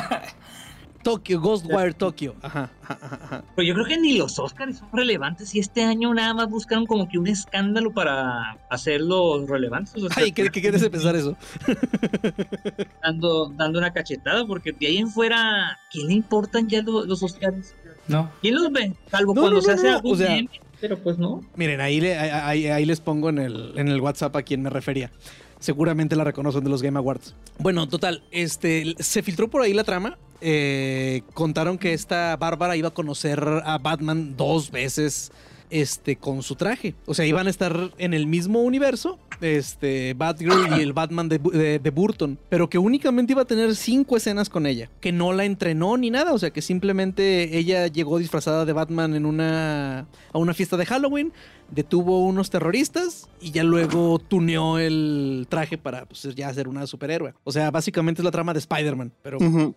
Tokyo, Ghostwire Tokyo. Ajá, ajá, ajá, ajá. Pues yo creo que ni los Oscars son relevantes y este año nada más buscaron como que un escándalo para hacerlos relevantes. O sea, Ay, ¿qué, qué quieres de pensar eso? dando, dando una cachetada, porque de ahí en fuera, ¿quién le importan ya lo- los Oscars? No. ¿Quién los ve? Salvo No, cuando no, se no, hace no, algo o sea- bien, pero pues no. Miren, ahí, le- ahí, ahí les pongo en el, en el WhatsApp a quien me refería. Seguramente la reconocen de los Game Awards. Bueno, total, este, se filtró por ahí la trama. Eh, contaron que esta Bárbara iba a conocer a Batman dos veces este, con su traje. O sea, iban a estar en el mismo universo, este, Batgirl y el Batman de, Bu- de- de Burton, pero que únicamente iba a tener cinco escenas con ella, que no la entrenó ni nada, o sea, que simplemente ella llegó disfrazada de Batman en una, a una fiesta de Halloween, detuvo unos terroristas y ya luego tuneó el traje para pues, ya ser una superhéroe. O sea, básicamente es la trama de Spider-Man, pero... Ujú.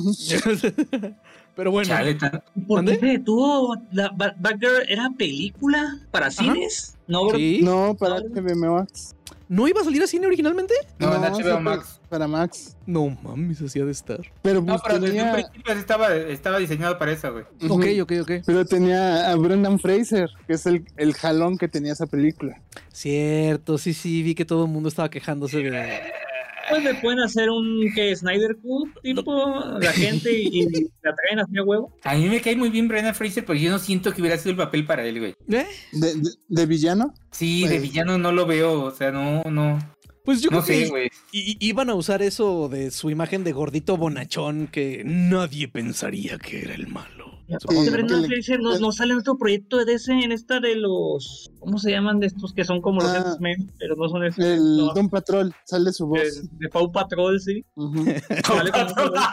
pero bueno. Chale, tan- ¿Por ¿Mande? qué se detuvo? La Ba- Batgirl era película para cines, ¿no? bro? ¿Sí? No, para H B O Max. ¿No iba a salir a cine originalmente? No, en H B O sí, Max. Para Max. No mames, hacía de estar. Pero No, pues pero desde un tenía, principio estaba, estaba diseñado para eso, güey. Ujú. Ok, ok, ok. pero tenía a Brendan Fraser, que es el, el jalón que tenía esa película. Cierto, sí, sí, vi que todo el mundo estaba quejándose de... Pues le pueden hacer un que Snyder Cut, tipo, la gente y, y la traen así a huevo. A mí me cae muy bien Brendan Fraser, pero yo no siento que hubiera sido el papel para él, güey. ¿Eh? ¿De, de, de villano? Sí, de Pues- villano no lo veo, o sea, no, no. Pues yo No creo sé, que güey. i- i- iban a usar eso de su imagen de gordito bonachón que nadie pensaría que era el malo. Aparte, Sí, Brendan que le- Fraser no, no sale en otro proyecto de D C, en esta de los... ¿Cómo se llaman de estos que son como los Ah, X-Men? Pero no son esos. El no, Don Patrol, sale su voz. de, de Paw Patrol, sí. Ujú. Sale con esa voz.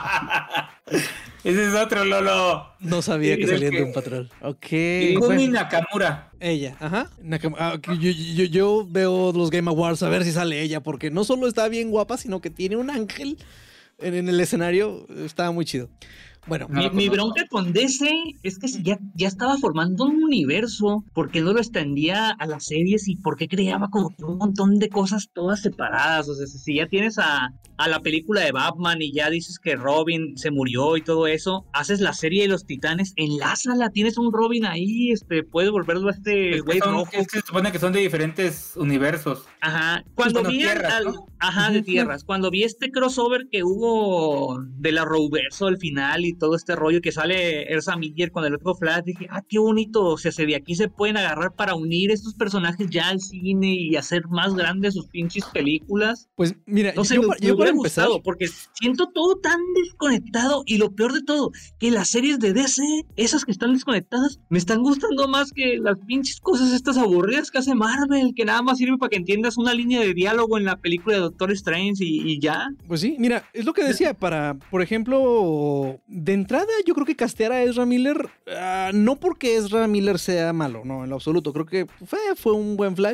Ese es otro Lolo. No sabía Sí, que es salían que- de un patrón. Ok. Kumi bueno, Nakamura. ella, ajá. Nakam- ah, ok, yo, yo- yo veo los Game Awards a ver si sale ella, porque no solo está bien guapa, sino que tiene un ángel en, en el escenario. Estaba muy chido. Bueno, No Mi, lo mi conozco. bronca con D C es que si ya, ya estaba formando un universo, ¿por qué no lo extendía a las series y por qué creaba como que un montón de cosas todas separadas? O sea, si ya tienes a, a la película de Batman y ya dices que Robin se murió y todo eso, haces la serie de los Titanes, enlázala, tienes un Robin ahí, este, puedes volverlo a este Es que, güey son- rojo. es que se supone que son de diferentes universos. Ajá, cuando bueno, vi al- tierras, al- ¿no? ajá, de Ujú. tierras, cuando vi este crossover que hubo de la Roverso al final y todo este rollo que sale Ezra Miller con el otro Flash, dije, ah, qué bonito, o sea, se de aquí se pueden agarrar para unir estos personajes ya al cine y hacer más grandes sus pinches películas. pues mira, No sé, yo, me, pa- me yo para hubiera empezar, gustado, porque siento todo tan desconectado y lo peor de todo, que las series de D C, esas que están desconectadas, me están gustando más que las pinches cosas estas aburridas que hace Marvel, que nada más sirve para que entiendas una línea de diálogo en la película de Doctor Strange y, y ya. pues sí, mira, es lo que decía, para, por ejemplo, de entrada yo creo que castear a Ezra Miller, ah, no porque Ezra Miller sea malo, no, en lo absoluto, creo que fue, fue un buen Flash,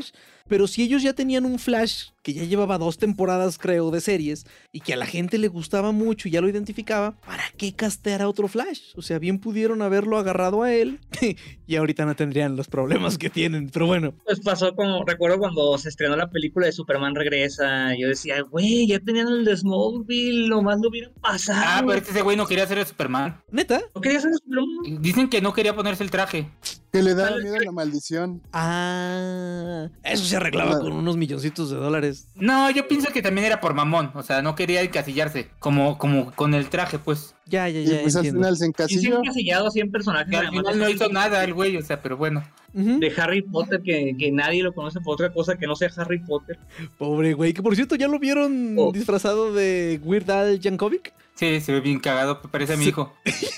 Pero si ellos ya tenían un Flash que ya llevaba dos temporadas, creo, de series, y que a la gente le gustaba mucho y ya lo identificaba, ¿para qué castear a otro Flash? O sea, bien pudieron haberlo agarrado a él y ahorita no tendrían los problemas que tienen, pero bueno. Pues pasó como, recuerdo cuando se estrenó la película de Superman Regresa, yo decía, güey, ya tenían el de Smallville, nomás lo hubieran pasado. Ah, pero ese güey no quería ser el Superman. ¿Neta? ¿No querías ser Superman? Dicen que no quería ponerse el traje. Que le daba miedo a la maldición. Ah, eso se arreglaba con unos milloncitos de dólares. No, yo pienso que también era por mamón, o sea, no quería encasillarse, como, como con el traje, pues. Ya, ya, Y ya, pues al entiendo. final se Y se encasilló. han encasillado así en personajes. Que al además final de no Harry hizo Potter, nada el güey, o sea, pero bueno. Ujú. de Harry Potter, que, que nadie lo conoce por otra cosa que no sea Harry Potter. Pobre güey, que por cierto, ¿ya lo vieron Oh. disfrazado de Weird Al Yankovic? Sí, se ve bien cagado, parece a mi Sí. hijo.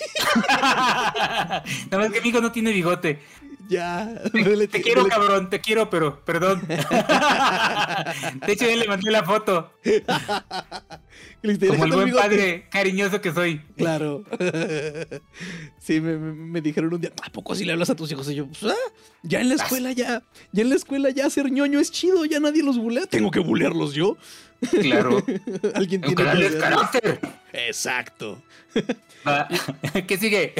Nada más que mi hijo no tiene bigote. Ya. Te, te quiero, cabrón, te quiero, pero perdón. De hecho, ya le mandé la foto. Como el buen padre cariñoso que soy. Claro. Sí, me, me, me dijeron un día, ¿a poco si le hablas a tus hijos? Y yo, pues, ah, ya en la escuela ya, ya en la escuela ya ser ñoño es chido, ya nadie los bulea. Tengo que bulearlos yo. Claro. Alguien Tengo tiene que darles hacerlo. carácter. Exacto. Va. ¿Qué sigue?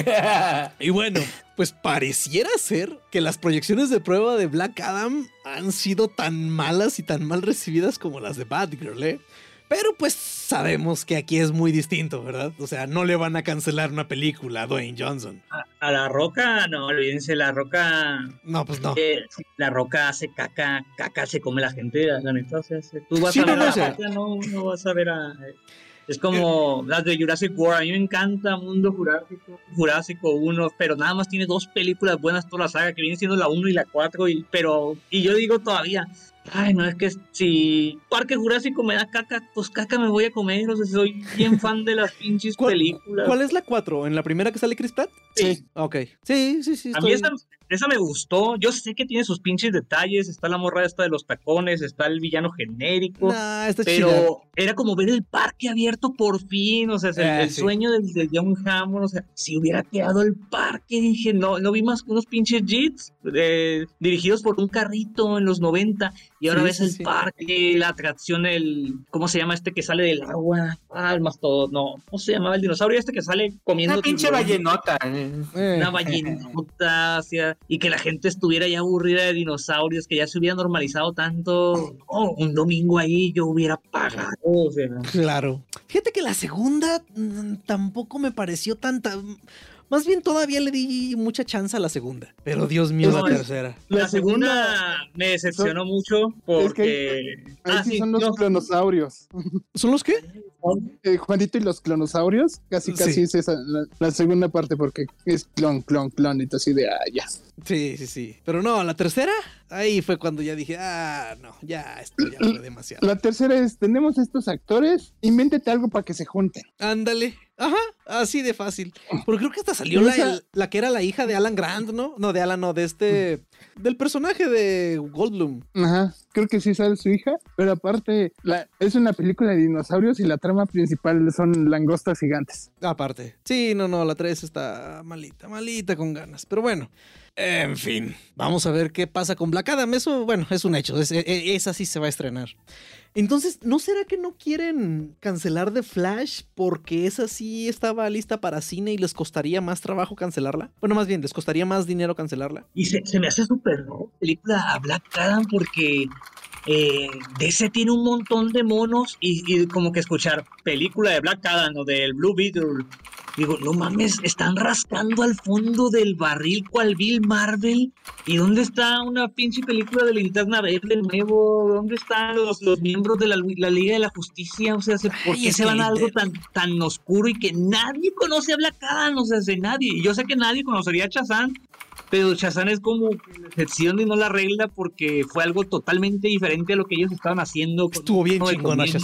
Y bueno, pues pareciera ser que las proyecciones de prueba de Black Adam han sido tan malas y tan mal recibidas como las de Batgirl, ¿eh? Pero pues sabemos que aquí es muy distinto, ¿verdad? O sea, no le van a cancelar una película a Dwayne Johnson. A, a La Roca, no, olvídense, La Roca... No, pues no. Eh, La Roca hace caca, caca se come la gente, la neta. O sea, tú vas Sí, a no, ver no, a o sea. La Roca, no, no vas a ver a... Es como las de Jurassic World. A mí me encanta Mundo Jurásico, Jurásico uno, pero nada más tiene dos películas buenas toda la saga, que viene siendo la uno y la cuatro. Y, pero, y yo digo todavía, ay, no, es que si Parque Jurásico me da caca, pues caca me voy a comer. O sea, soy bien fan de las pinches ¿Cuál, películas. ¿Cuál es la cuatro? ¿En la primera que sale Chris Pratt? Sí. Ok. Sí, sí, sí. A mí estoy- esa, esa me gustó. Yo sé que tiene sus pinches detalles. Está la morra esta de los tacones, está el villano genérico. Nah, está Pero chida. era como ver el parque abierto por fin, o sea, es el, Eh, el sí. sueño del, del John Hammond, o sea, si hubiera quedado el parque, dije, no, no vi más que unos pinches jeets eh, dirigidos por un carrito en los noventa, y ahora Sí, ves sí, el sí. parque, la atracción, el, ¿cómo se llama este que sale del agua? Ah, el mastodón, no, ¿cómo se llamaba el dinosaurio este que sale comiendo? Una pinche tiburón? ballenota. eh. Eh. Una ballenota, o sea, y que la gente estuviera ya aburrida de dinosaurios, que ya se hubiera normalizado tanto. Oh, un domingo ahí yo hubiera pagado, o sea. Claro. Fíjate que la segunda mm, tampoco me pareció tanta. Más bien todavía le di mucha chance a la segunda. Pero Dios mío, No, la es- tercera. La, La segunda, segunda me decepcionó mucho porque... Ahí Ah, sí sí, son los no, clonosaurios. ¿Son los qué? Eh, Juanito y los clonosaurios, casi Sí. casi es esa, la, la segunda parte porque es clon, clon, clon y todo así de, ah, ya. Sí, sí, sí. Pero no, la tercera, ahí fue cuando ya dije, ah, no, ya, esto ya fue demasiado. La tercera es, tenemos estos actores, invéntate algo para que se junten. Ándale. Ajá, así de fácil. Pero creo que hasta salió Pero la, esa- el- la que era la hija de Alan Grant, ¿no? No, de Alan, no, de este. Del personaje de Goldblum. Ajá, creo que sí sale su hija, pero aparte la, es una película de dinosaurios y la trama principal son langostas gigantes. Aparte. Sí, no, no, la tres está malita, malita con ganas. Pero bueno, en fin, vamos a ver qué pasa con Black Adam. Eso, bueno, es un hecho. Es, es- esa sí se va a estrenar. Entonces, ¿no será que no quieren cancelar The Flash porque esa sí estaba lista para cine y les costaría más trabajo cancelarla? Bueno, más bien, les costaría más dinero cancelarla. y se, se me hace súper ¿no? película a Black Adam porque eh, D C tiene un montón de monos y, y como que escuchar película de Black Adam o del Blue Beetle. Digo, no mames, están rascando al fondo del barril cual Bill Marvel. ¿Y dónde está una pinche película de Linterna Verde nuevo? ¿Dónde están los, los miembros de la, la Liga de la Justicia? O sea, ¿se- ¿por Ay, qué es se que van a algo Linter- tan, tan oscuro y que nadie conoce a Black Adam? O sea, de nadie. Y yo sé que nadie conocería a Shazam, pero Shazam es como que la excepción y no la regla porque fue algo totalmente diferente a lo que ellos estaban haciendo. con Estuvo bien uno de chingona comienzo. Shazam.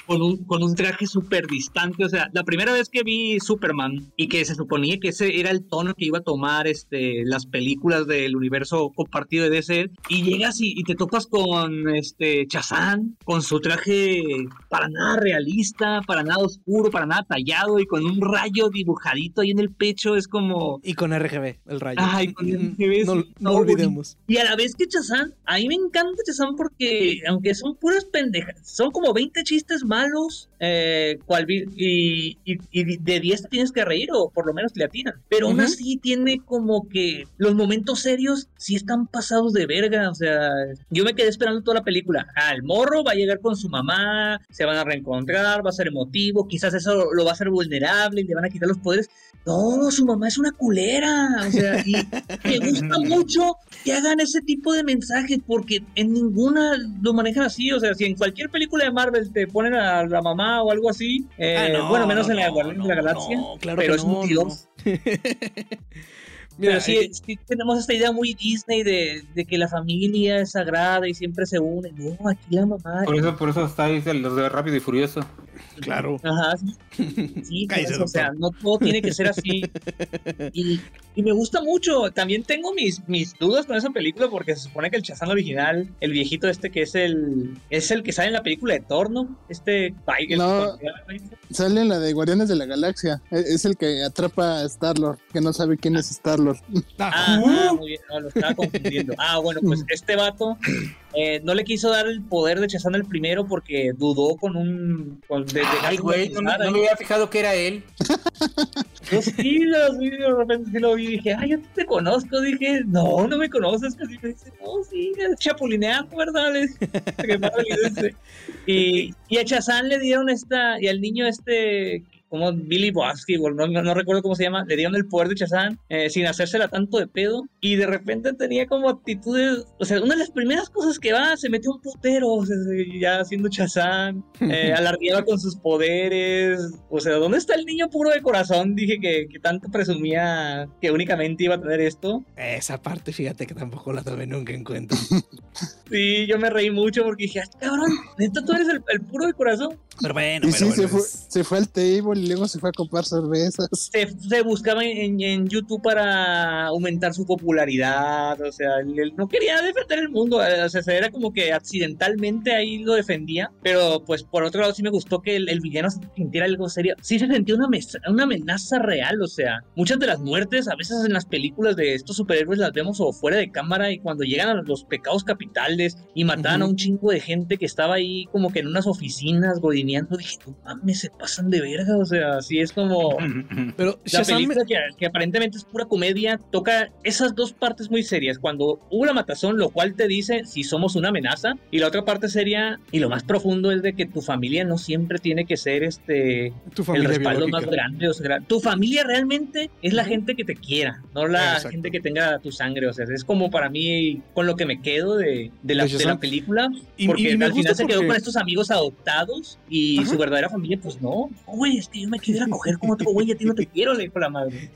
con un, con un traje súper distante. O sea, la primera vez que vi Superman y que se suponía que ese era el tono que iba a tomar este, las películas del universo compartido de D C, y llegas y, y te topas con este Shazam, con su traje para nada realista, para nada oscuro, para nada tallado y con un rayo dibujadito ahí en el pecho. Es como... Y con R G B, el rayo. Ay, con R G B. No, no olvidemos. Y a la vez que Shazam, a mí me encanta Shazam porque, aunque son puras pendejas, son como veinte chistes malos, eh, cual, y, y, y de diez te tienes que reír, o por lo menos le atinan. Pero uh-huh. aún así tiene como que los momentos serios sí están pasados de verga. O sea, yo me quedé esperando toda la película. Ah, el morro va a llegar con su mamá, se van a reencontrar, va a ser emotivo, quizás eso lo, lo va a hacer vulnerable y le van a quitar los poderes. No, su mamá es una culera. O sea, y me gusta mucho que hagan ese tipo de mensajes porque en ninguna lo manejan así. O sea, si en cualquier película de Marvel te ponen a la mamá o algo así, eh, ah, no, bueno, menos no, en la Guardianes no, de la Galaxia, no, claro pero que es no, un dios. No. Mira, pero sí, eh, sí tenemos esta idea muy Disney de, de que la familia es sagrada y siempre se une. No, aquí la mamá. Por eso, por eso está ahí los de Rápido y Furioso. Claro. Ajá, sí. Sí, eso, o sea, no todo tiene que ser así. Y, y me gusta mucho. También tengo mis, mis dudas con esa película porque se supone que el Shazam original, el viejito este que es el es el que sale en la película de Thor, ¿no? Este... El no, sale en la de Guardianes de la Galaxia. Es el que atrapa a Star-Lord, que no sabe quién es Star-Lord. Ah, ah, muy bien, no, lo estaba confundiendo. Ah, bueno, pues este vato eh, no le quiso dar el poder de Shazam el primero porque dudó con un... Con, de, de Ay, güey, no, no me había fijado que era él. Yo sí, lo vi, de repente sí lo vi y dije, ay, yo te conozco. Dije, no, no me conoces. Casi me dice, no, sí, chapulineando, ¿verdad? y, y a Shazam le dieron esta, y al niño este... como Billy Bosky, no, no, no recuerdo cómo se llama, le dieron el poder de Shazam eh, sin hacérsela tanto de pedo, y de repente tenía como actitudes, o sea, una de las primeras cosas que va, se metió un putero, o sea, ya haciendo Shazam, eh, alardeaba con sus poderes, o sea, ¿dónde está el niño puro de corazón? Dije que, que tanto presumía que únicamente iba a tener esto. Esa parte, fíjate que tampoco la tomé nunca en cuenta. Sí, yo me reí mucho porque dije, ah, cabrón, ¿neta tú eres el, el puro de corazón? Pero bueno, y pero sí, bueno, se, fue, es... se fue al table y luego se fue a comprar cervezas. Se, se buscaba en, en YouTube para aumentar su popularidad, o sea, él, él no quería defender el mundo, o sea, era como que accidentalmente ahí lo defendía, pero pues por otro lado sí me gustó que el, el villano se sintiera algo serio, sí se sentía una, mesa, una amenaza real, o sea, muchas de las muertes a veces en las películas de estos superhéroes las vemos o fuera de cámara y cuando llegan a los pecados capitales y mataban uh-huh. a un chingo de gente que estaba ahí como que en unas oficinas godineando, dije, no mames, se pasan de verga, o sea, así es como pero la película me... que, que aparentemente es pura comedia, toca esas dos partes muy serias, cuando hubo la matazón, lo cual te dice si somos una amenaza, y la otra parte seria y lo más profundo es de que tu familia no siempre tiene que ser este el respaldo biológica. Más grande, o sea, tu familia realmente es la uh-huh. gente que te quiera, no la Exacto. gente que tenga tu sangre, o sea, es como para mí con lo que me quedo de, de, la, de la película, porque y, y al final se porque... quedó con estos amigos adoptados y Ajá. su verdadera familia, pues no, güey, es que yo me quiero ir a coger con otro güey, a ti no te quiero, le dijo la madre.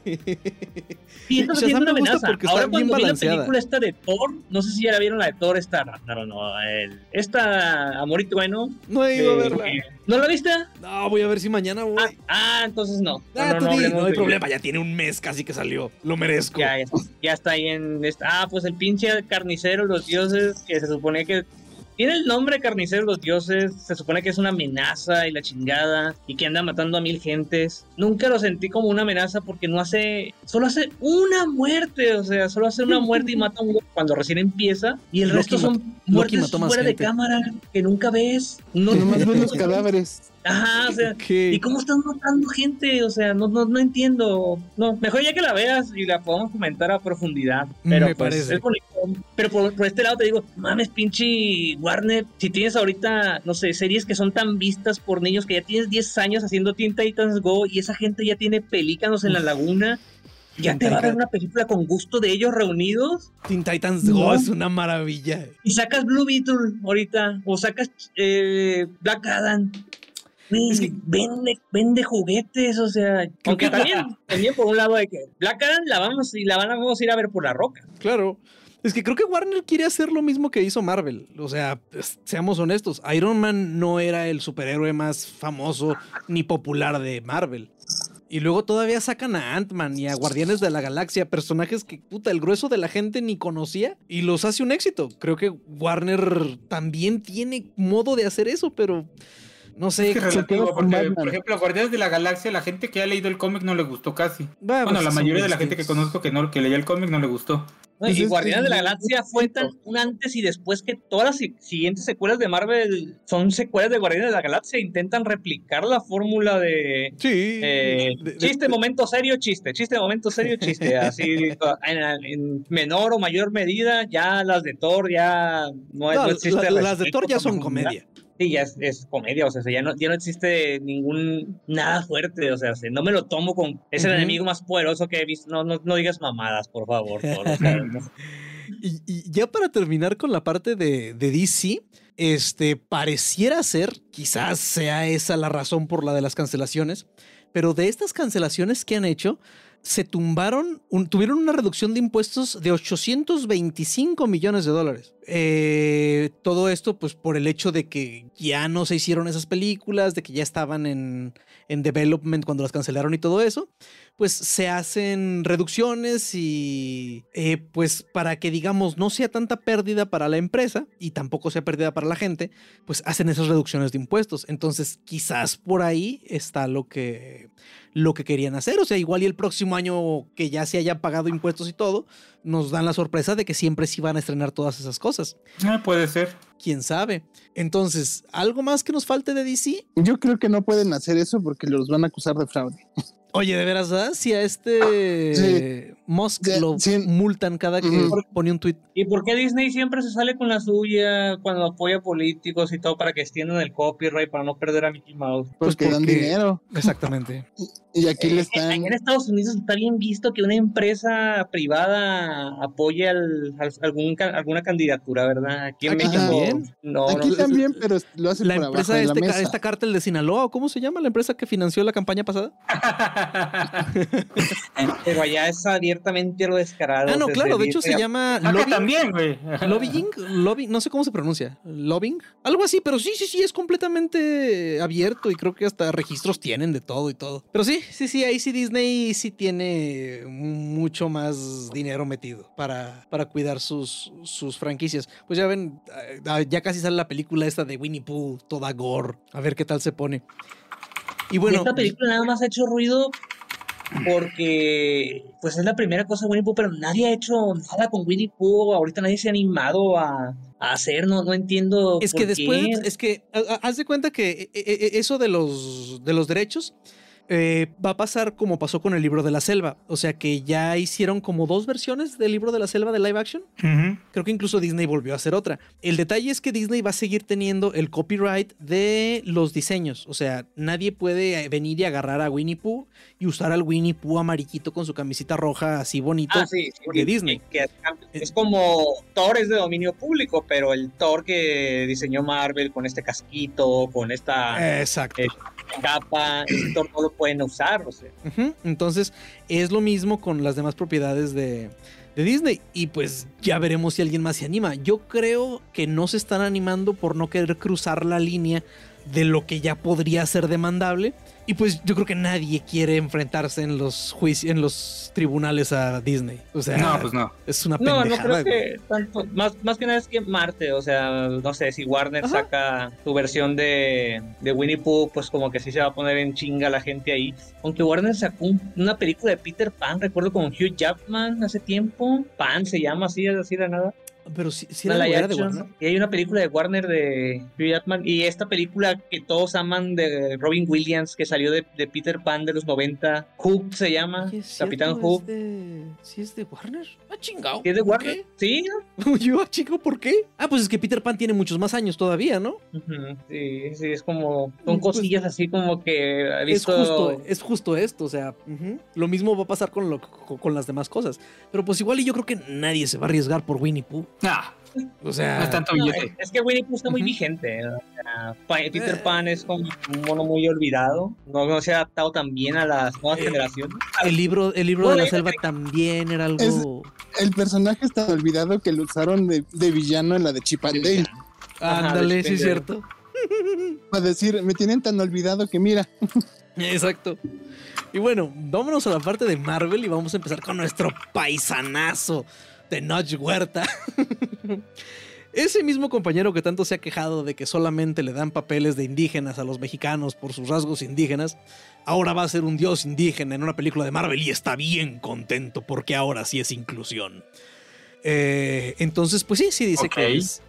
Y esto se siente una amenaza. Ahora cuando vi la película esta de Thor, no sé si ya la vieron, la de Thor, esta, no, no, no, el, esta Amor y Trueno. No he ido eh, a verla. ¿No la viste? No, voy a ver si mañana voy. Ah, ah entonces no. Ah, no, no, no, no, no hay problema, ya tiene un mes casi que salió. Lo merezco. Ya, ya, ya está ahí en... Esta, ah, pues el pinche carnicero, los dioses, que se supone que... Tiene el nombre de Carnicero de los Dioses, se supone que es una amenaza y la chingada, y que anda matando a mil gentes. Nunca lo sentí como una amenaza porque no hace, solo hace una muerte, o sea, solo hace una muerte y mata a un cuando recién empieza, y el Loki resto son mat- muertes fuera de cámara que nunca ves. No, nomás ves los cadáveres. Ajá, o sea, ¿qué? ¿Y cómo están matando gente? O sea, no, no, no entiendo. No, mejor ya que la veas y la podamos comentar a profundidad. Pero Me pues, parece. Es bonito. Pero por, por este lado te digo, mames, pinche Warner, si tienes ahorita, no sé, series que son tan vistas por niños que ya tienes diez años haciendo Teen Titans Go y esa gente ya tiene pelícanos en la laguna. ¿Ya te va a dar una película con gusto de ellos reunidos? Teen Titans Go no. Es una maravilla. Y sacas Blue Beetle ahorita, o sacas eh, Black Adam. Es que vende, vende juguetes, o sea, aunque también, también por un lado de que Black Adam la vamos y la vamos a ir a ver por La Roca. Claro. Es que creo que Warner quiere hacer lo mismo que hizo Marvel. O sea, pues, seamos honestos, Iron Man no era el superhéroe más famoso ni popular de Marvel. Y luego todavía sacan a Ant-Man y a Guardianes de la Galaxia, personajes que, puta, el grueso de la gente ni conocía y los hace un éxito. Creo que Warner también tiene modo de hacer eso, pero no sé. Es que relativo, porque, por ejemplo, Guardianes de la Galaxia, la gente que ha leído el cómic no le gustó casi. Bah, bueno, pues la son mayoría de la distintos. gente que conozco que no que leía el cómic no le gustó. No, Pues y es Guardianes que- de la Galaxia fue tan un antes y después que todas las si- siguientes secuelas de Marvel son secuelas de Guardianes de la Galaxia. Intentan replicar la fórmula de Sí. eh, De- de- chiste, momento serio, chiste, chiste, momento serio, chiste. Así en, en menor o mayor medida, ya las de Thor ya no, No, no existe. la- las de respeto Thor ya por son profundidad. comedia. Sí, ya es, es comedia, o sea, ya no, ya no existe ningún nada fuerte, o sea, se- no me lo tomo con es el Ujú. enemigo más poderoso que he visto. No, no, no digas mamadas, por favor, Thor, o sea, no. Y, y ya para terminar con la parte de, de D C, este, pareciera ser, quizás sea esa la razón por la de las cancelaciones, pero de estas cancelaciones que han hecho, se tumbaron, un- tuvieron una reducción de impuestos de ochocientos veinticinco millones de dólares. Eh, todo esto pues por el hecho de que ya no se hicieron esas películas, de que ya estaban en, en development cuando las cancelaron y todo eso, pues se hacen reducciones y eh, pues para que digamos no sea tanta pérdida para la empresa y tampoco sea pérdida para la gente, pues hacen esas reducciones de impuestos. Entonces quizás por ahí está lo que, lo que querían hacer. O sea, igual y el próximo año que ya se haya pagado impuestos y todo, nos dan la sorpresa de que siempre sí van a estrenar todas esas cosas. Ah, puede ser. ¿Quién sabe? Entonces, ¿algo más que nos falte de D C? Yo creo que no pueden hacer eso porque los van a acusar de fraude. Oye, de veras, ¿verdad? Si a este Musk Sí, lo sí. multan cada que Ujú. pone un tweet. ¿Y por qué Disney siempre se sale con la suya cuando apoya políticos y todo para que extiendan el copyright para no perder a Mickey Mouse? Pues Porque dan porque- dinero. Exactamente. Y aquí le Eh, están. Allá en Estados Unidos está bien visto que una empresa privada apoye al, al- algún, ca- alguna candidatura, ¿verdad? Aquí en Aquí México también. no, Aquí no. también, pero lo hace La por empresa, abajo de la este, ca- mesa. esta cártel de Sinaloa, ¿o cómo se llama la empresa que financió la campaña pasada? Pero allá es abiertamente lo descarado. Ah, no, o sea, claro, se de hecho dice- se llama Acá lobbying. también, güey. Lobbying, lobbying, no sé cómo se pronuncia. Lobbying, algo así, pero sí, sí, sí, es completamente abierto y creo que hasta registros tienen de todo y todo. Pero sí, sí, sí, ahí sí Disney sí tiene mucho más dinero metido para, para cuidar sus, sus franquicias. Pues ya ven, ah, ya casi sale la película esta de Winnie Pooh, toda gore. A ver qué tal se pone. Y Y bueno, esta película nada más ha hecho ruido porque pues es la primera cosa de Winnie Pooh, pero nadie ha hecho nada con Winnie Pooh. Ahorita nadie se ha animado a, a hacer, no, no entiendo. es por que después, qué. es que a- a- haz de cuenta que eh, eh, eso de los, de los derechos eh, va a pasar como pasó con el libro de la selva. O sea que ya hicieron como dos versiones del libro de la selva de live action. Ujú. Creo que incluso Disney volvió a hacer otra. El detalle es que Disney va a seguir teniendo el copyright de los diseños. O sea, nadie puede venir y agarrar a Winnie Pooh y usar al Winnie Pooh amarillito con su camisita roja así bonito Ah, sí, sí, de Disney. que- que es como Thor es de dominio público, pero el Thor que diseñó Marvel con este casquito, con esta Exacto. eh, capa, ese Thor no lo pueden usar, o sea. Ujú. Entonces es lo mismo con las demás propiedades de, de Disney y pues ya veremos si alguien más se anima. Yo creo que no se están animando por no querer cruzar la línea de lo que ya podría ser demandable y pues yo creo que nadie quiere enfrentarse en los juicios, en los tribunales a Disney. O sea, No, pues no. es una No, no pendejada. creo güey. que tanto, más, más que nada es que Marte, o sea, no sé, si Warner Ajá. saca su versión de, de Winnie Pooh, pues como que sí se va a poner en chinga la gente ahí. Aunque Warner sacó un- una película de Peter Pan, recuerdo con Hugh Jackman hace tiempo. Pan se llama así, es así de nada. Pero si, si Una era, live era de action. Warner. Y hay una película de Warner de Hugh Jackman. Y esta película que todos aman de Robin Williams, que salió de, de Peter Pan de los noventa. Hook se llama. Oye, ¿es Capitán cierto? Hook. ¿Es de, ¿Sí es de Warner? Ah, chingado. ¿Sí es de ¿Por Warner? Sí, ¿no? qué? Yo, chico, ¿por qué? Ah, pues es que Peter Pan tiene muchos más años todavía, ¿no? Ujú, sí, sí, es como. Son Pues, cosillas así como que he Es visto. justo, es justo esto, o sea, ujú. Lo mismo va a pasar con, lo, con, con las demás cosas. Pero pues igual y yo creo que nadie se va a arriesgar por Winnie Pooh. Ah, O sea, no es tanto No, billete. es, es que Winnie Pooh está muy Ujú. vigente. O sea, Pa- Peter Pan es como un mono muy olvidado. No, no se ha adaptado tan bien a las nuevas Eh, generaciones. el libro, el libro Bueno, de la hay selva también era algo. El personaje está olvidado que lo usaron de, de villano en la de Chip and Dale. Ajá, Ándale, de sí es Chip and Dale. cierto. Para decir, me tienen tan olvidado que mira. Exacto. Y bueno, vámonos a la parte de Marvel y vamos a empezar con nuestro paisanazo de Notch Huerta. Ese mismo compañero que tanto se ha quejado de que solamente le dan papeles de indígenas a los mexicanos por sus rasgos indígenas, ahora va a ser un dios indígena en una película de Marvel y está bien contento porque ahora sí es inclusión. Eh, entonces, pues sí, sí dice Ok. que es...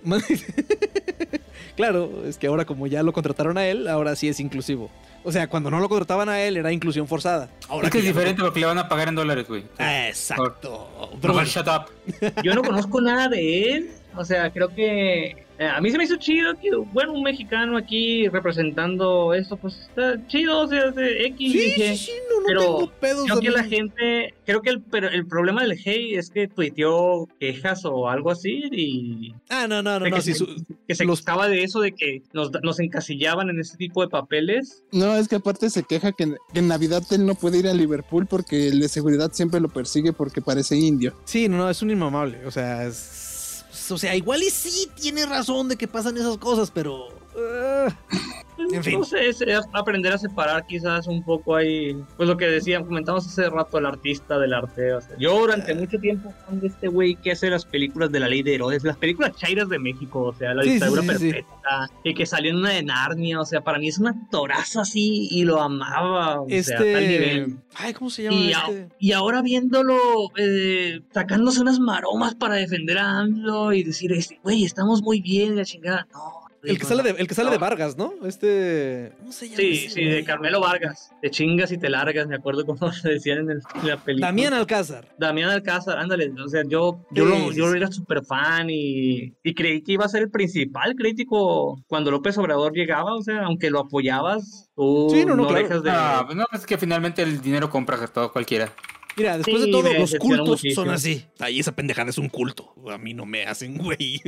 Claro, es que ahora como ya lo contrataron a él, ahora sí es inclusivo. O sea, cuando no lo contrataban a él era inclusión forzada. Ahora Es que es ya lo- diferente porque le van a pagar en dólares, güey. Exacto. Pero Pero bueno, shut up. Yo no conozco nada de él. O sea, creo que eh, a mí se me hizo chido que, bueno, un mexicano aquí representando esto, pues está chido, o sea, de X, sí, dije. sí, sí, no, no pero tengo pedos. Creo a que mí. la gente, creo que el, pero el problema del hate es que tuiteó quejas o algo así y Ah, no, no, no, de no. que, sí, se, su- que se los- quejaba de eso, de que nos, nos encasillaban en este tipo de papeles. No, es que aparte se queja que en, que en Navidad él no puede ir a Liverpool porque el de seguridad siempre lo persigue porque parece indio. Sí, no, no, es un inmamable. O sea, es- o sea, igual y sí tiene razón de que pasan esas cosas, pero... ah, En fin. No sé, es, es aprender a separar quizás un poco ahí, pues lo que decían, comentamos hace rato, el artista del arte. O sea, yo durante mucho tiempo fan de este güey que hace las películas de la Ley de Herodes, las películas chairas de México, o sea, la Sí, sí, dictadura sí, sí, sí. perfecta, y que salió en una de Narnia, o sea, para mí es un actorazo así y lo amaba, o sea, a tal nivel. Este... Ay, ¿cómo se llama Y, a- este? y ahora viéndolo, eh, sacándose unas maromas para defender a AMLO y decir, este, güey, estamos muy bien, la chingada. No. El que digo, sale de, no, el que sale no. de Vargas, ¿no? Este... ¿Cómo se llama? Sí, ese sí, güey? de Carmelo Vargas. Te chingas y te largas, me acuerdo cómo se decían en, el- en la película. Damián Alcázar. Damián Alcázar, ándale. O sea, yo, yo, Sí, lo- sí, yo sí. era súper fan y, y creí que iba a ser el principal crítico cuando López Obrador llegaba. O sea, aunque lo apoyabas, tú Sí, no, no, claro. dejas de. Ah, pues no, es que finalmente el dinero compra todo cualquiera. Mira, después Sí, de todo, me los decepcionó cultos muchísimo. son así. Ahí esa pendejada es un culto. A mí no me hacen, güey.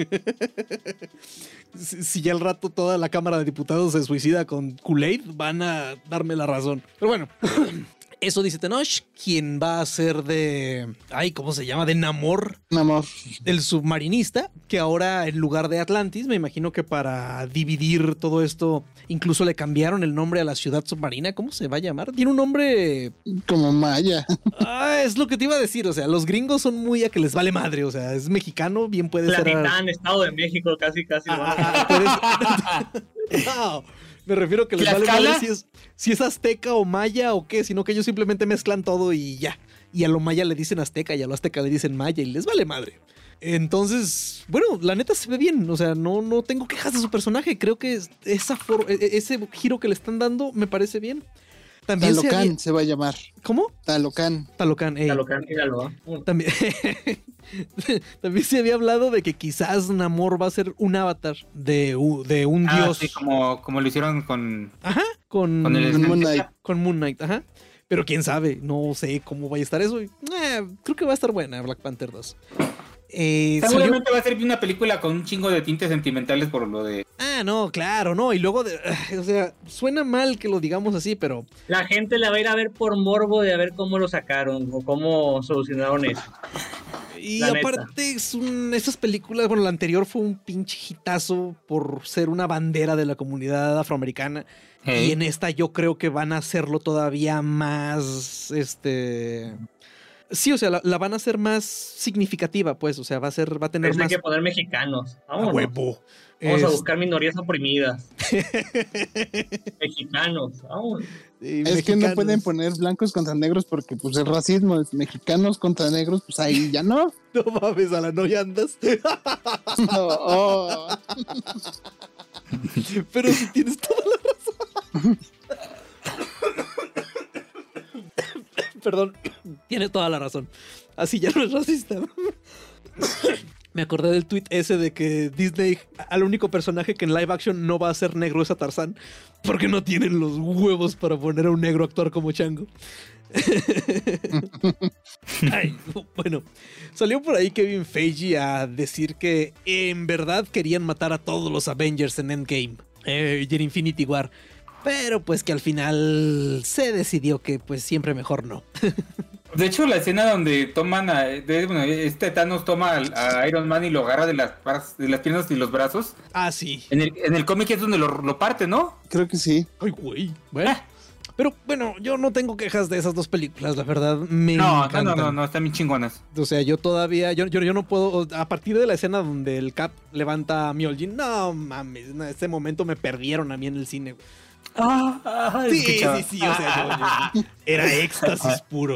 si, si ya al rato toda la Cámara de Diputados se suicida con Kool-Aid, van a darme la razón. Pero bueno, eso dice Tenoch, quien va a ser de... Ay, ¿cómo se llama? De Namor, Mi amor. el submarinista, que ahora en lugar de Atlantis, me imagino que para dividir todo esto, incluso le cambiaron el nombre a la ciudad submarina. ¿Cómo se va a llamar? Tiene un nombre... Como Maya. Ah, es lo que te iba a decir, o sea, los gringos son muy a que les vale madre, o sea, es mexicano, bien puede ser... Tlatitán, Estado de México, casi, casi. lo van a- Ah, ah, puede- No, me refiero a que les vale ¿Tlaxcala? madre si es, si es azteca o maya o qué, sino que ellos simplemente mezclan todo y ya. Y a lo maya le dicen azteca y a lo azteca le dicen maya y les vale madre. Entonces, bueno, la neta se ve bien, o sea, no, no tengo quejas de su personaje, creo que es- esa for- e- e- ese giro que le están dando me parece bien. También se Talocán había- se va a llamar. ¿Cómo? Talocán. Talocán, ey. Talocán, Sinaloa. También, también se había hablado de que quizás Namor va a ser un avatar de, u- de un Ah, dios. sí, como, como lo hicieron con, Ajá, con, con el... Con Moon Knight. con Moon Knight, ajá. Pero quién sabe, no sé cómo vaya a estar eso. Eh, creo que va a estar buena Black Panther dos. Eh, salió- Seguramente va a ser una película con un chingo de tintes sentimentales por lo de... Ah, no, claro, no. Y luego, de, o sea, suena mal que lo digamos así, pero La gente la va a ir a ver por morbo de a ver cómo lo sacaron o cómo solucionaron eso. y La neta. aparte es un, esas películas, bueno, la anterior fue un pinche hitazo por ser una bandera de la comunidad afroamericana. Hey. Y en esta yo creo que van a hacerlo todavía más, este... Sí, o sea, la, la van a hacer más significativa, pues, o sea, va a ser, va a tener Entonces hay más... que poner mexicanos. a Vámonos. huevo. Vamos a Es- buscar minorías oprimidas. Mexicanos. Vámonos. Sí, Es que no mexicanos. pueden poner blancos contra negros porque pues el racismo es mexicanos contra negros, pues ahí ya no. No mames, a la no ya andas. No, oh. Pero si tienes toda la razón. Perdón, tienes toda la razón. Así ya no es racista. Me acordé del tweet ese de que Disney, al único personaje que en live action no va a ser negro es a Tarzán, porque no tienen los huevos para poner a un negro a actuar como Chango. Ay, bueno, salió por ahí Kevin Feige a decir que en verdad querían matar a todos los Avengers en Endgame eh, y en Infinity War. Pero pues que al final se decidió que pues siempre mejor no. De hecho, la escena donde toman a... De, bueno, este Thanos toma a, a Iron Man y lo agarra de las, de las piernas y los brazos. Ah, sí. En el, en el cómic es donde lo, lo parte, ¿no? Creo que sí. Ay, güey. Bueno. Ah. Pero bueno, yo no tengo quejas de esas dos películas, la verdad. Me no, encantan. no, no, no, no, están bien chingonas. O sea, yo todavía, yo, yo, yo no puedo, a partir de la escena donde el Cap levanta a Mjolnir, no mames, en ese momento me perdieron a mí en el cine. Ah, ah, sí, sí, sí, o sea, yo, yo, era éxtasis puro.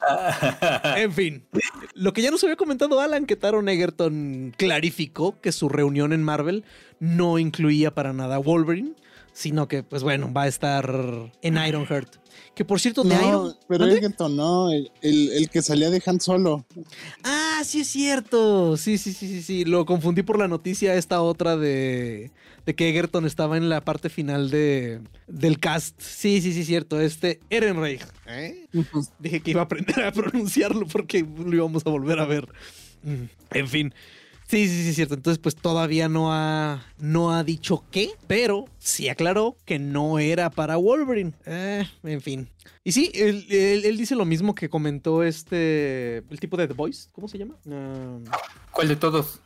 En fin, lo que ya nos había comentado Alan, que Taron Egerton clarificó que su reunión en Marvel no incluía para nada a Wolverine, sino que, pues bueno, va a estar en Ironheart. Que por cierto, de no, Iron... pero ¿Dónde? Egerton no, el, el, el que salía de Han Solo. Ah, sí es cierto. Sí, sí, sí, sí, sí. Lo confundí por la noticia esta otra de, de que Egerton estaba en la parte final de, del cast. Sí, sí, sí, cierto. Este Ehrenreich. ¿Eh? Uh-huh. Dije que iba a aprender a pronunciarlo porque lo íbamos a volver a ver. En fin. Sí, sí, sí, cierto. Entonces, pues todavía no ha, no ha dicho qué, pero sí aclaró que no era para Wolverine. Eh, en fin. Y sí, él, él, él dice lo mismo que comentó este, el tipo de The Voice. ¿Cómo se llama? Uh, ¿Cuál de todos?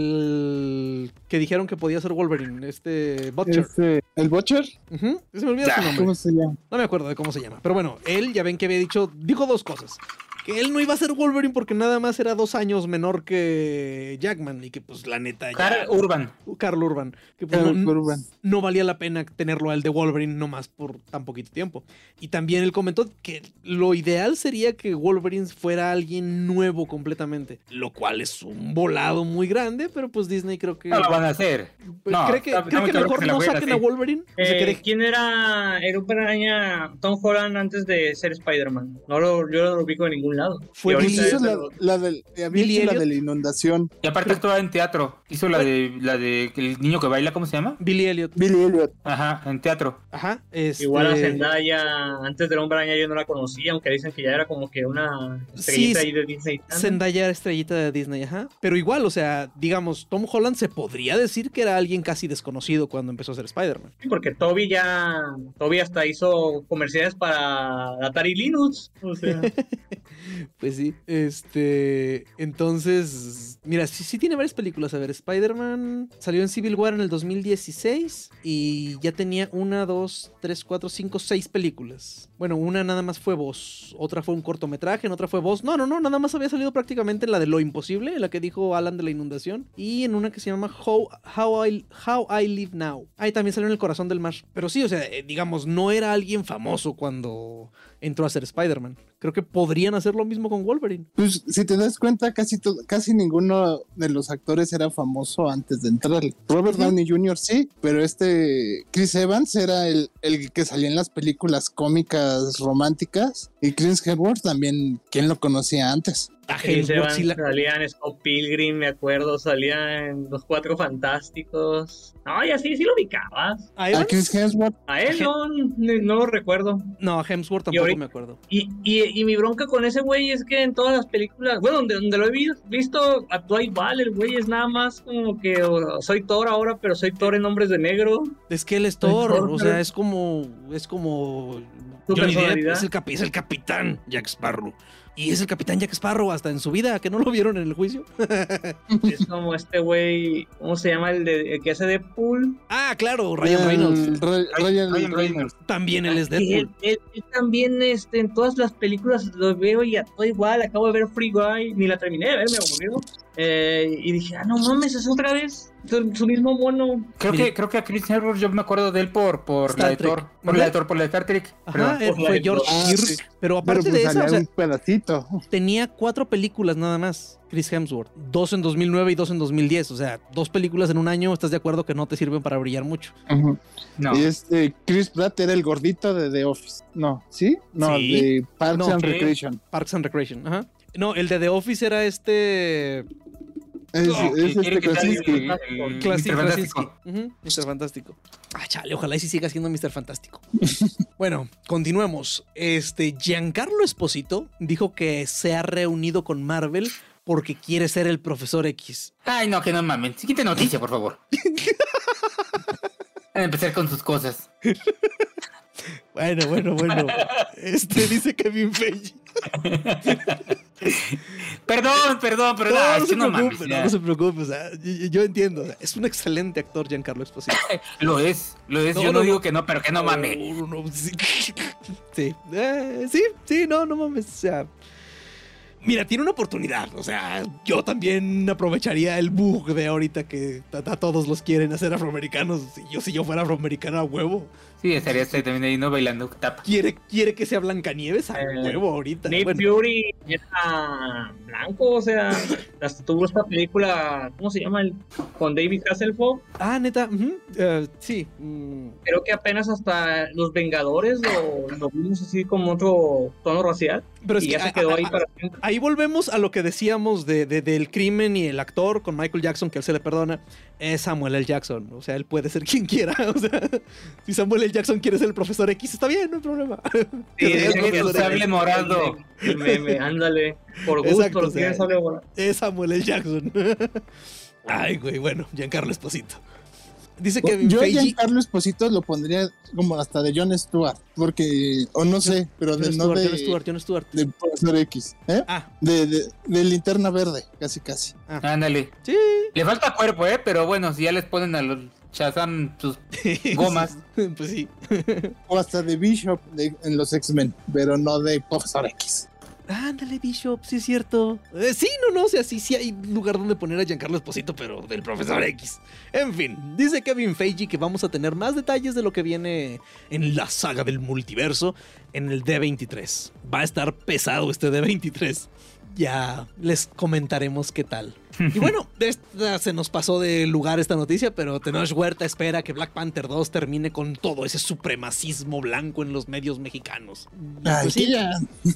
El que dijeron que podía ser Wolverine, este Butcher. Este, ¿El Butcher? Uh-huh. Se me olvidó ah, su nombre. ¿Cómo se llama? No me acuerdo de cómo se llama. Pero bueno, él ya ven que había dicho, dijo dos cosas. Que él no iba a ser Wolverine porque nada más era dos años menor que Jackman y que pues la neta ya... Carl Urban. Carl Urban. Que pues Carl no, Urban. no valía la pena tenerlo a él de Wolverine nomás por tan poquito tiempo. Y también él comentó que lo ideal sería que Wolverine fuera alguien nuevo completamente. Lo cual es un volado muy grande, pero pues Disney creo que... No lo van a hacer. No, ¿Cree que, está, ¿cree que mejor que no saquen a Wolverine? Eh, o sea, ¿cree... ¿Quién era el Hombre Araña Tom Holland antes de ser Spider-Man? No lo, yo no lo ubico en ningún lado. Fue hizo es la, el... la, del, había la de la inundación. Y aparte actuaba en teatro. Hizo la de la de el niño que baila, ¿cómo se llama? Billy Elliot. Billy Elliot. Ajá, en teatro. Ajá. Este... Igual a Zendaya, antes del Hombre Araña yo no la conocía, aunque dicen que ya era como que una estrellita sí, ahí de Disney. Zendaya era estrellita de Disney, ajá. Pero igual, o sea, digamos, Tom Holland se podría decir que era alguien casi desconocido cuando empezó a ser Spider-Man. Sí, porque Toby ya, Toby hasta hizo comerciales para Atari Linux, o sea... Pues sí, este, entonces, mira, sí, sí tiene varias películas. A ver, Spider-Man salió en Civil War en el dos mil dieciséis y ya tenía una, dos, tres, cuatro, cinco, seis películas. Bueno, una nada más fue voz, otra fue un cortometraje, en otra fue voz. No, no, no, nada más había salido prácticamente en la de Lo Imposible, en la que dijo Alan de la inundación, y en una que se llama How, How, I, How I Live Now. Ahí también salió en El Corazón del Mar. Pero sí, o sea, eh, digamos, no era alguien famoso cuando entró a ser Spider-Man. Creo que podrían hacer lo mismo con Wolverine. Pues si te das cuenta, casi to- casi ninguno de los actores era famoso antes de entrar. Robert uh-huh. Downey junior sí, pero este Chris Evans era el, el que salía en las películas cómicas románticas, y Chris Hemsworth también, ¿quién lo conocía antes? A Chris Evans sí la... salía en Scott Pilgrim, me acuerdo, salía en Los Cuatro Fantásticos. No, y así sí lo ubicabas. ¿A, ¿A Chris Hemsworth? A él no, no lo recuerdo. No, a Hemsworth tampoco ahorita, me acuerdo. Y, y, y mi bronca con ese güey es que en todas las películas, bueno, donde, donde lo he visto, actúa igual. El güey es nada más como que oh, soy Thor ahora, pero soy Thor en Hombres de Negro. Es que él es Thor, Thor o sea, es como, es como Johnny Depp, es el, capi, es el capitán Jack Sparrow. Y es el capitán Jack Sparrow hasta en su vida, que no lo vieron en el juicio. Es como este güey, ¿cómo se llama? El, de, el que hace Deadpool. Ah, claro, Ryan Reynolds. Ryan, Ryan, Ryan Reynolds. También él es Deadpool. Él, él, él también este, en todas las películas lo veo y actúa igual. Acabo de ver Free Guy, ni la terminé de ver, me aburrió. Eh, y dije, ah, no mames, es otra vez su, su mismo mono. Creo que, creo que a Chris Hemsworth yo me acuerdo de él por, por la de Thor. Por la de Thor, por la de Star Trek. Ajá, él fue George ah, Kirk. Sí. Pero aparte pero pues de eso, o sea, un pedacito. Tenía cuatro películas nada más, Chris Hemsworth. Dos en dos mil nueve y dos en dos mil diez. O sea, dos películas en un año, ¿estás de acuerdo que no te sirven para brillar mucho? Uh-huh. No. Y este, Chris Pratt era el gordito de The Office. No, ¿sí? No, ¿Sí? de Parks no, and ¿qué? Recreation. Parks and Recreation, ajá. No, el de The Office era este... Es, No, es quiere este que sea Krasinski. el- el Clásico, mister Krasinski. Fantástico. Ujú, mister Fantástico. Ah, chale, ojalá y sí siga siendo mister Fantástico. Bueno, continuemos. Este, Giancarlo Esposito dijo que se ha reunido con Marvel porque quiere ser el Profesor X. Ay, no, que no mamen. Siguiente noticia, por favor. Van a empezar con sus cosas. Bueno, bueno, bueno. Este dice Kevin Feige. Perdón, perdón, pero No, no, no, es se que no preocupe, mames. no, ya. no se preocupe. O sea, yo, yo entiendo. O sea, es un excelente actor, Giancarlo Esposito. Lo es, lo es. No, Yo no, no, no. digo que no, pero que no mames. No, no, no, sí, sí, eh, sí, sí, no, no mames. O sea, mira, tiene una oportunidad. O sea, yo también aprovecharía el bug de ahorita que a, a todos los quieren hacer afroamericanos. Si yo, si yo fuera afroamericano a huevo, Sí, estaría este también ahí, ¿no? Bailando tap. quiere, quiere que sea Blancanieves a Eh, huevo ahorita. Nick Bueno, Fury era blanco, o sea, hasta tuvo esta película, ¿cómo se llama? El, con David Hasselhoff. ah, neta, ujú, eh, sí. mm, Creo que apenas hasta Los Vengadores lo, lo vimos así como otro tono racial. Pero es y que ya a- se quedó a- ahí a- para siempre. Ahí volvemos a lo que decíamos de, de- del crimen y el actor con Michael Jackson, que él se le perdona, es Samuel L. Jackson. O sea, él puede ser quien quiera. O sea, si Samuel L. Jackson quiere ser el profesor X, está bien, no hay problema. Sí, Que sea el ese es profesor el sable X. morado. El meme, ándale. Por gusto, Exacto, lo o sea, tiene sable morado. Es Samuel L. Jackson. Ay, güey, bueno, Giancarlo Esposito. Dice que Yo a Feige... Giancarlo Esposito lo pondría como hasta de Jon Stewart, porque, o no sé, pero Jon de, no Stewart, de, Jon Stewart, Jon Stewart. de Profesor X, ¿eh? Ah, De, de, de Linterna Verde, casi casi. Ándale. sí. Le falta cuerpo, ¿eh? Pero bueno, si ya les ponen a los Shazam sus gomas. Pues sí. O hasta de Bishop de- en los X-Men, pero no de Profesor X. Ándale, Bishop, sí es cierto. Eh, sí, no, no, o sea, sí, sí hay lugar donde poner a Giancarlo Esposito, pero del profesor X. En fin, dice Kevin Feige que vamos a tener más detalles de lo que viene en la saga del multiverso en el D veintitrés. Va a estar pesado este D veintitrés. Ya les comentaremos qué tal. Y bueno, esta se nos pasó de lugar esta noticia, pero Tenoch Huerta espera que Black Panther dos termine con todo ese supremacismo blanco en los medios mexicanos. Ay, Pues sí, que ya.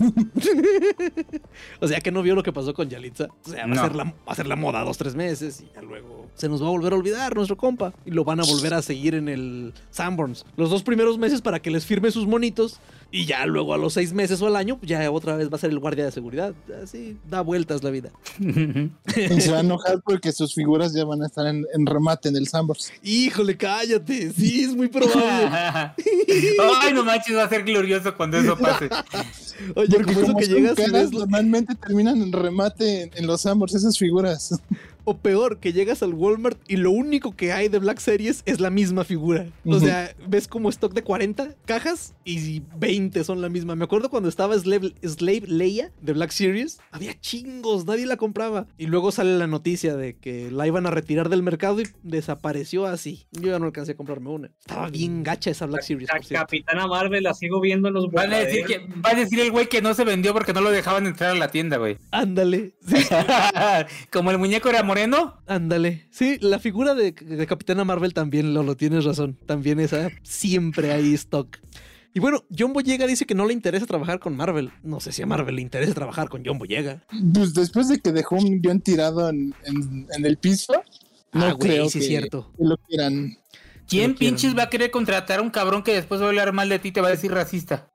o sea que no vio lo que pasó con Yalitza. O sea, va, No. a ser la, va a ser la moda dos, tres meses y ya luego se nos va a volver a olvidar nuestro compa. Y lo van a volver a seguir en el Sanborns. Los dos primeros meses para que les firme sus monitos. Y ya luego a los seis meses o al año, pues ya otra vez va a ser el guardia de seguridad. Así da vueltas la vida. Y se va a enojar porque sus figuras ya van a estar en, en remate en el Sambors. Híjole, cállate. Sí, es muy probable. Ay, no manches, va a ser glorioso cuando eso pase. Oye, Porque como eso como que son llegas y caras, ves lo- normalmente terminan en remate en, en los Sambors, esas figuras. O peor, que llegas al Walmart y lo único que hay de Black Series es la misma figura. O Ujú. sea, ves como stock de cuarenta cajas y veinte son la misma. Me acuerdo cuando estaba Slave, Slave Leia de Black Series, había chingos, nadie la compraba. Y luego sale la noticia de que la iban a retirar del mercado y desapareció así. Yo ya no alcancé a comprarme una. Estaba bien gacha esa Black Series, La por cierto. Capitana Marvel la sigo viendo en los Van a decir que, va a decir el güey que no se vendió porque no lo dejaban entrar a la tienda, güey. Ándale, sí, Como el muñeco era moreno. ándale. Sí, la figura de, de Capitana Marvel también, Lolo, tienes razón. También esa, siempre hay stock. Y bueno, John Boyega dice que no le interesa trabajar con Marvel. No sé si a Marvel le interesa trabajar con John Boyega. Pues después de que dejó un guión tirado en, en, en el piso, no Ah, güey, creo sí que, es cierto. que lo quieran. ¿Quién lo quiero. pinches va a querer contratar a un cabrón que después va a hablar mal de ti y te va a decir racista?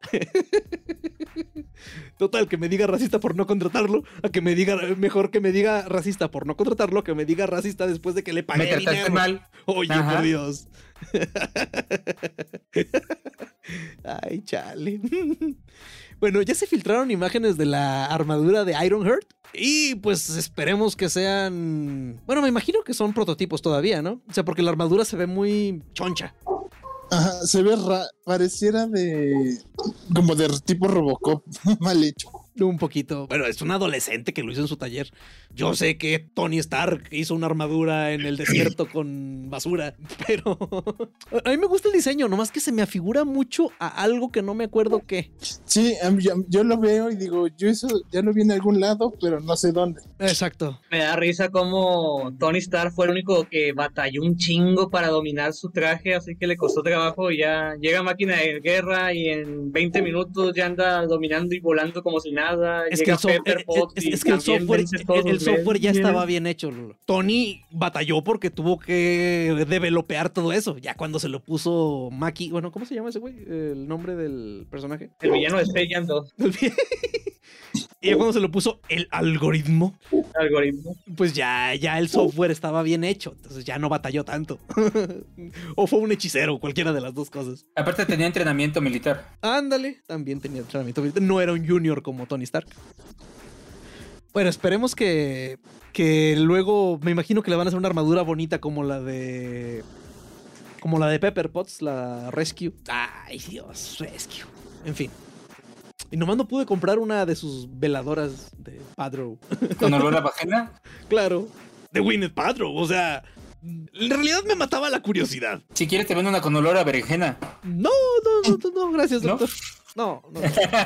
Total, que me diga racista por no contratarlo, a que me diga, mejor que me diga racista por no contratarlo, que me diga racista después de que le Me pagué trataste dinero. mal. Oye, Ajá. por Dios. Ay, chale. Bueno, ya se filtraron imágenes de la armadura de Ironheart. Y pues esperemos que sean... Bueno, me imagino que son prototipos todavía, ¿no? O sea, porque la armadura se ve muy choncha. Ajá, se ve ra pareciera de como de tipo Robocop, mal hecho. Un poquito. Bueno, es un adolescente que lo hizo en su taller. Yo sé que Tony Stark hizo una armadura en el desierto con basura, pero a mí me gusta el diseño, nomás que se me afigura mucho a algo que no me acuerdo qué. Sí, a mí- yo, yo lo veo y digo, yo eso ya lo vi en algún lado, pero no sé dónde. Exacto. Me da risa como Tony Stark fue el único que batalló un chingo para dominar su traje, así que le costó trabajo y ya llega Máquina de Guerra y en veinte minutos ya anda dominando y volando como si nada. Es que llega el, soft- Pepper eh, eh, Potts es- y es que el también software, vence el, todos el sus el software ya estaba bien hecho. Tony batalló porque tuvo que developear todo eso. Ya cuando se lo puso Maki, bueno, ¿cómo se llama ese güey? El nombre del personaje. El villano de Space Jam dos. Y ya cuando se lo puso el algoritmo, algoritmo, pues ya, ya el software estaba bien hecho, entonces ya no batalló tanto. O fue un hechicero, cualquiera de las dos cosas. Aparte tenía entrenamiento militar. Ándale, también tenía entrenamiento militar. No era un junior como Tony Stark. Bueno, esperemos que, que luego, me imagino que le van a hacer una armadura bonita como la de... Como la de Pepper Potts, la Rescue. Ay, Dios, Rescue. En fin. Y nomás no pude comprar una de sus veladoras de Padro. ¿Con olor a vagina? Claro. De Gwyneth Paltrow. O sea, en realidad me mataba la curiosidad. Si quieres te vendo una con olor a berenjena. No, no, no, no, gracias, doctor. No, no. no.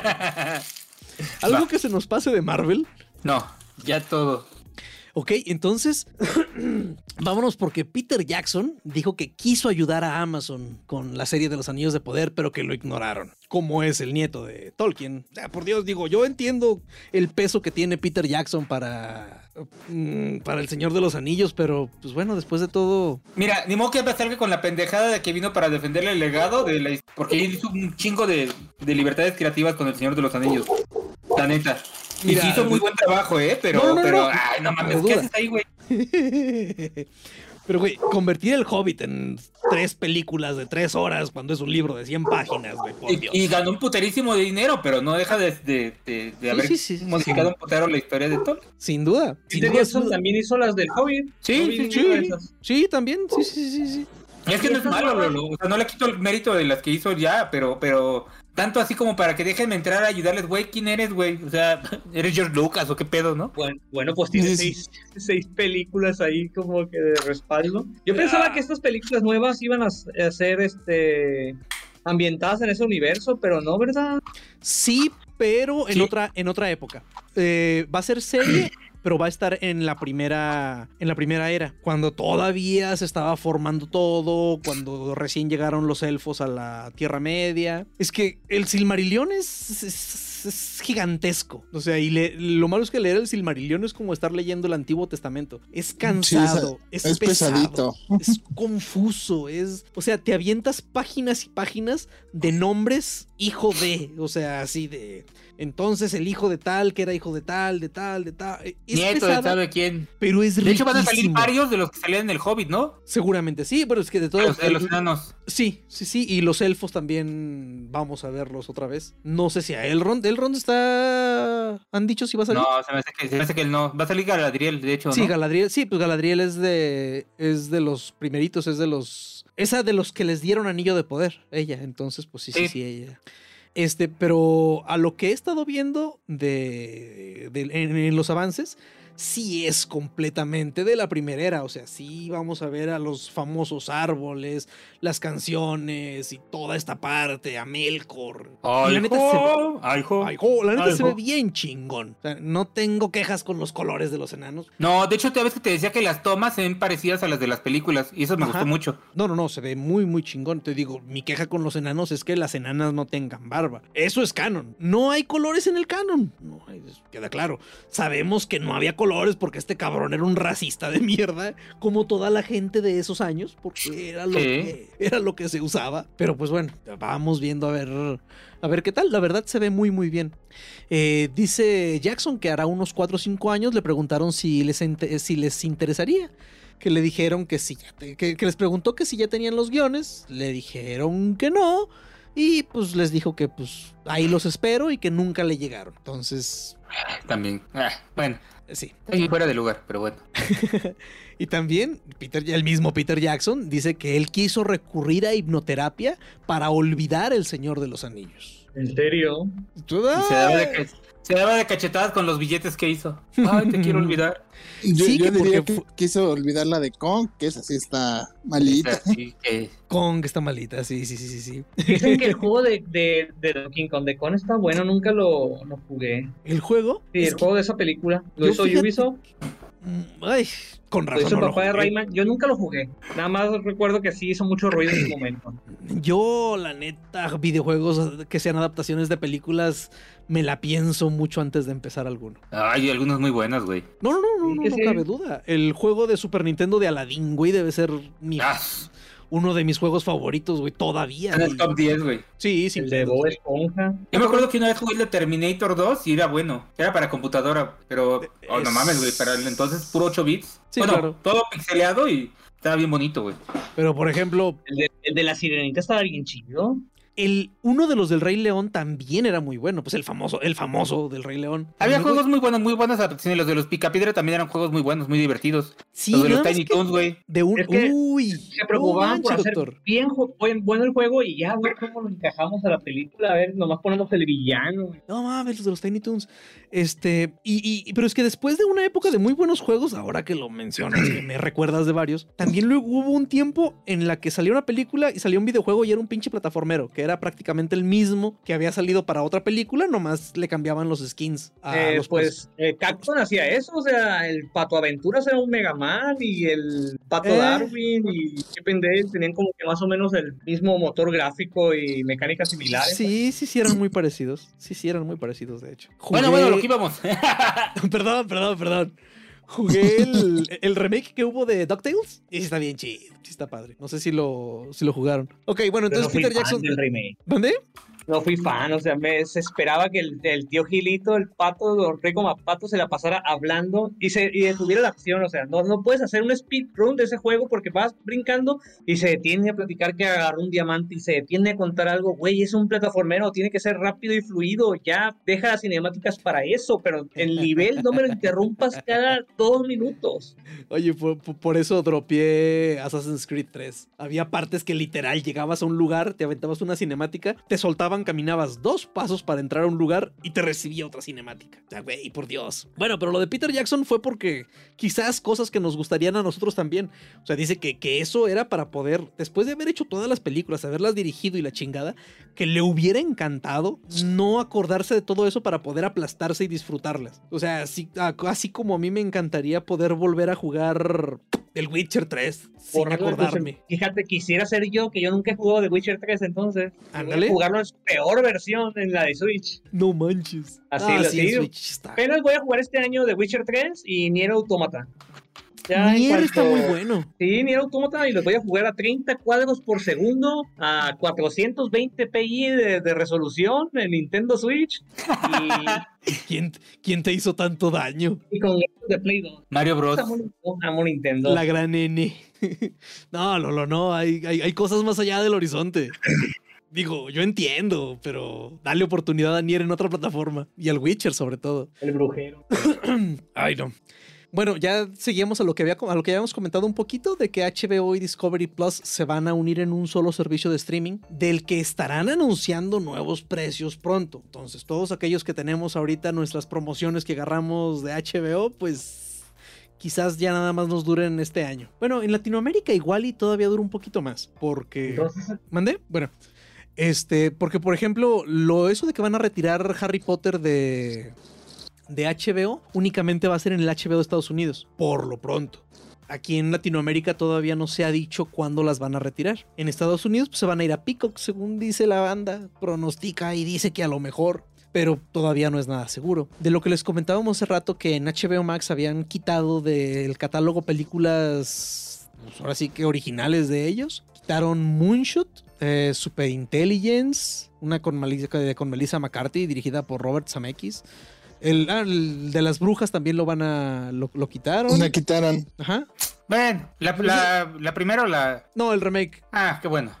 ¿Algo Va. que se nos pase de Marvel? No, ya todo. Ok, entonces, vámonos porque Peter Jackson dijo que quiso ayudar a Amazon con la serie de los Anillos de Poder, pero que lo ignoraron. Como es el nieto de Tolkien. O sea, por Dios, digo, yo entiendo el peso que tiene Peter Jackson para, mm, para el Señor de los Anillos, pero pues bueno, después de todo... Mira, ni modo que salga con la pendejada de que vino para defenderle el legado, de la, porque hizo un chingo de, de libertades creativas con el Señor de los Anillos. La neta. Mira, y sí hizo muy buen trabajo, ¿eh? Pero, no, no, pero, no, ay, no mames, ¿qué haces ahí, güey? Pero, güey, convertir el Hobbit en tres películas de tres horas cuando es un libro de cien páginas, güey, por y, Dios. Y ganó un puterísimo de dinero, pero no deja de, de, de, de sí, haber sí, sí, modificado sí. un putero la historia de Tolkien. Sin duda. Y sin duda, duda. También hizo las del Hobbit. Sí, Hobbit sí, sí, sí, también, sí, sí, sí, sí. Y es que no es malo, Lolo. O sea, no le quito el mérito de las que hizo ya, pero, pero tanto así como para que déjenme entrar a ayudarles, güey, ¿quién eres, güey? O sea, ¿eres George Lucas o qué pedo, no? Bueno, bueno pues tiene sí. seis, seis películas ahí como que de respaldo. Yo ah. pensaba que estas películas nuevas iban a, a ser este ambientadas en ese universo, pero no, ¿verdad? Sí, pero en sí. otra en otra época. Eh, va a ser serie... pero va a estar en la primera en la primera era, cuando todavía se estaba formando todo, cuando recién llegaron los elfos a la Tierra Media. Es que el Silmarillion es, es, es gigantesco, o sea, y le, lo malo es que leer el Silmarillion es como estar leyendo el Antiguo Testamento. Es cansado, sí, es, es, es pesado, pesadito. Es confuso, es, o sea, te avientas páginas y páginas de nombres hijo de, o sea, así de... Entonces el hijo de tal, que era hijo de tal, de tal, de tal. Es nieto pesada, de sabe quién. Pero es riquísimo. De hecho van a salir varios de los que salían en el Hobbit, ¿no? Seguramente sí, pero es que de todos los, de los enanos. Sí, sí, sí. Y los elfos también vamos a verlos otra vez. No sé si a Elrond. Elrond está... ¿Han dicho si va a salir? No, se me hace que, se me hace que él no. Va a salir Galadriel, de hecho, ¿no? Sí, Galadriel. Sí, pues Galadriel es de... Es de los primeritos, es de los... Esa de los que les dieron anillo de poder, ella. Entonces, pues sí, sí, sí, sí ella... Este, pero a lo que he estado viendo de, de, de en, en los avances, sí es completamente de la primera era. O sea, sí vamos a ver a los famosos árboles, las canciones y toda esta parte, a Melkor. Ay, la neta, se, ay, ay, la neta ay, se ve bien chingón. O sea, no tengo quejas con los colores de los enanos. No, de hecho, te ves que te decía que las tomas se ven parecidas a las de las películas y eso me Ajá. gustó mucho. No, no, no, se ve muy, muy chingón. Te digo, mi queja con los enanos es que las enanas no tengan barba. Eso es canon. No hay colores en el canon. No, queda claro. Sabemos que no había colores. colores porque este cabrón era un racista de mierda, como toda la gente de esos años, porque era lo, que, era lo que se usaba. Pero pues bueno, vamos viendo a ver, a ver qué tal. La verdad se ve muy muy bien. Eh, dice Jackson que hará unos cuatro o cinco años le preguntaron si les, si les interesaría. Que le dijeron que sí, que, que les preguntó que si ya tenían los guiones, le dijeron que no. Y pues les dijo que pues ahí los espero y que nunca le llegaron. Entonces... También, ah, bueno, sí. Ahí fuera de lugar, pero bueno. Y también Peter, el mismo Peter Jackson dice que él quiso recurrir a hipnoterapia para olvidar El Señor de los Anillos. ¿En serio? Se daba, de, se daba de cachetadas con los billetes que hizo. Ay, te quiero olvidar. Yo, sí, yo que diría que quiso olvidar la de Kong, que esa sí está malita. Sí, que... Kong está malita, sí, sí, sí, sí, sí. Dicen que el juego de, de, de Donkey Kong de Kong está bueno, nunca lo, lo jugué. ¿El juego? Sí, el es juego que... de esa película. ¿Lo hizo Ubisoft? Ay, con razón. Eso, No lo papá de jugué. Rayman, yo nunca lo jugué. Nada más recuerdo que sí hizo mucho ruido en su momento. Yo, la neta, videojuegos que sean adaptaciones de películas, me la pienso mucho antes de empezar alguno. Ay, algunas muy buenas, güey. No, no, no, no, Sí, no, que no sí. cabe duda. El juego de Super Nintendo de Aladdin, güey, debe ser mi, Ah, uno de mis juegos favoritos, güey, todavía. en el güey. top diez, güey. Sí, sí. El de Bob Esponja. Yo me acuerdo que una vez jugué el de Terminator dos y era bueno. Era para computadora, pero... Oh, no Es- mames, güey. Para el entonces, puro ocho bits. Sí, bueno, claro. todo pixeleado y estaba bien bonito, güey. Pero, por ejemplo, El de, el de la Sirenita estaba bien chido. el, uno de los del Rey León también era muy bueno. Pues el famoso, el famoso del Rey León. Había Me juegos voy- muy buenos, muy buenas adaptaciones. Los de los Picapiedra también eran juegos muy buenos, muy divertidos. Sí, los de los nada más Tiny que Toons, güey. De un... Es que Uy, Se preocupaban no por manches, hacer doctor. bien ju- buen- bueno el juego y ya, güey, cómo lo encajamos a la película. A ver, nomás ponemos el villano. güey. No mames, los de los Tiny Toons. Este, y, y, pero es que después de una época de muy buenos juegos, ahora que lo mencionas, que me recuerdas de varios, también luego hubo un tiempo en la que salió una película y salió un videojuego y era un pinche plataformero, que era prácticamente el mismo que había salido para otra película, nomás le cambiaban los skins a Eh, los pues eh, Capcom hacía eso, o sea, el Pato Aventuras era un Mega Man y el Pato Eh. Darwin y Chip and Dale tenían como que más o menos el mismo motor gráfico y mecánicas similares. Sí, sí, sí eran muy parecidos. Sí, sí eran muy parecidos, de hecho. Bueno, Jugué- bueno, lo que íbamos. Perdón, perdón, perdón. Jugué el, el remake que hubo de DuckTales y sí está bien chido, sí está padre. No sé si lo, si lo jugaron. Ok, bueno, Pero entonces no fui Peter fan Jackson... del remake. ¿Dónde? No fui fan, o sea, me desesperaba que el, el tío Gilito, el pato, don Rico Mapato, se la pasara hablando y se y detuviera la acción. O sea, no, no puedes hacer un speedrun de ese juego porque vas brincando y se detiene a platicar que agarró un diamante y se detiene a contar algo. Güey, es un plataformero, tiene que ser rápido y fluido. Ya deja las cinemáticas para eso, pero el nivel no me lo interrumpas cada dos minutos. Oye, por, por- por eso dropeé Assassin's Creed tres. Había partes que literal llegabas a un lugar, te aventabas una cinemática, te soltaban, caminabas dos pasos para entrar a un lugar y te recibía otra cinemática. O sea, güey, por Dios. Bueno, pero lo de Peter Jackson fue porque quizás cosas que nos gustarían a nosotros también. O sea, dice que, que eso era para poder, después de haber hecho todas las películas, haberlas dirigido y la chingada, que le hubiera encantado no acordarse de todo eso para poder aplastarse y disfrutarlas. O sea, así, así como a mí me encantaría poder volver a jugar el Witcher tres sin Por algo, acordarme. entonces, fíjate, quisiera ser yo, que yo nunca he jugado de Witcher tres, entonces. Ándale. Voy a jugarlo en su peor versión en la de Switch. No manches. Así Ah, lo sí, en digo. Switch está. Apenas voy a jugar este año de Witcher tres y Nier Automata. Ya en Nier cuanto- está muy bueno. Sí, Nier Automata y los voy a jugar a treinta cuadros por segundo, a cuatrocientos veinte p de, de resolución en Nintendo Switch ¿Quién, quién te hizo tanto daño? y, y con gráficos de Play dos. Mario Bros. Amo, amo Nintendo. La gran N. No, Lolo, no. Hay, hay, hay cosas más allá del horizonte. Digo, yo entiendo, pero dale oportunidad a Nier en otra plataforma. Y al Witcher, sobre todo. El brujero. Ay, no. Bueno, ya seguimos a lo que había, a lo que habíamos comentado un poquito de que H B O y Discovery Plus se van a unir en un solo servicio de streaming del que estarán anunciando nuevos precios pronto. Entonces, todos aquellos que tenemos ahorita nuestras promociones que agarramos de H B O, pues quizás ya nada más nos duren este año. Bueno, en Latinoamérica igual y todavía dura un poquito más, porque... Entonces, ¿Mandé? Bueno, este, porque por ejemplo, lo eso de que van a retirar Harry Potter de, de H B O únicamente va a ser en el H B O de Estados Unidos, por lo pronto. Aquí en Latinoamérica todavía no se ha dicho cuándo las van a retirar. En Estados Unidos pues, se van a ir a Peacock, según dice la banda, pronostica y dice que a lo mejor, pero todavía no es nada seguro. De lo que les comentábamos hace rato que en H B O Max habían quitado del catálogo películas, pues ahora sí que originales de ellos. Quitaron Moonshot, eh, Superintelligence, una con Melissa, con Melissa McCarthy dirigida por Robert Zemeckis. El, ah, el de las brujas también lo van a... lo, lo quitaron. La quitaron. Ajá. Bueno, la, la, la primera o la... No, el remake. Ah, qué bueno.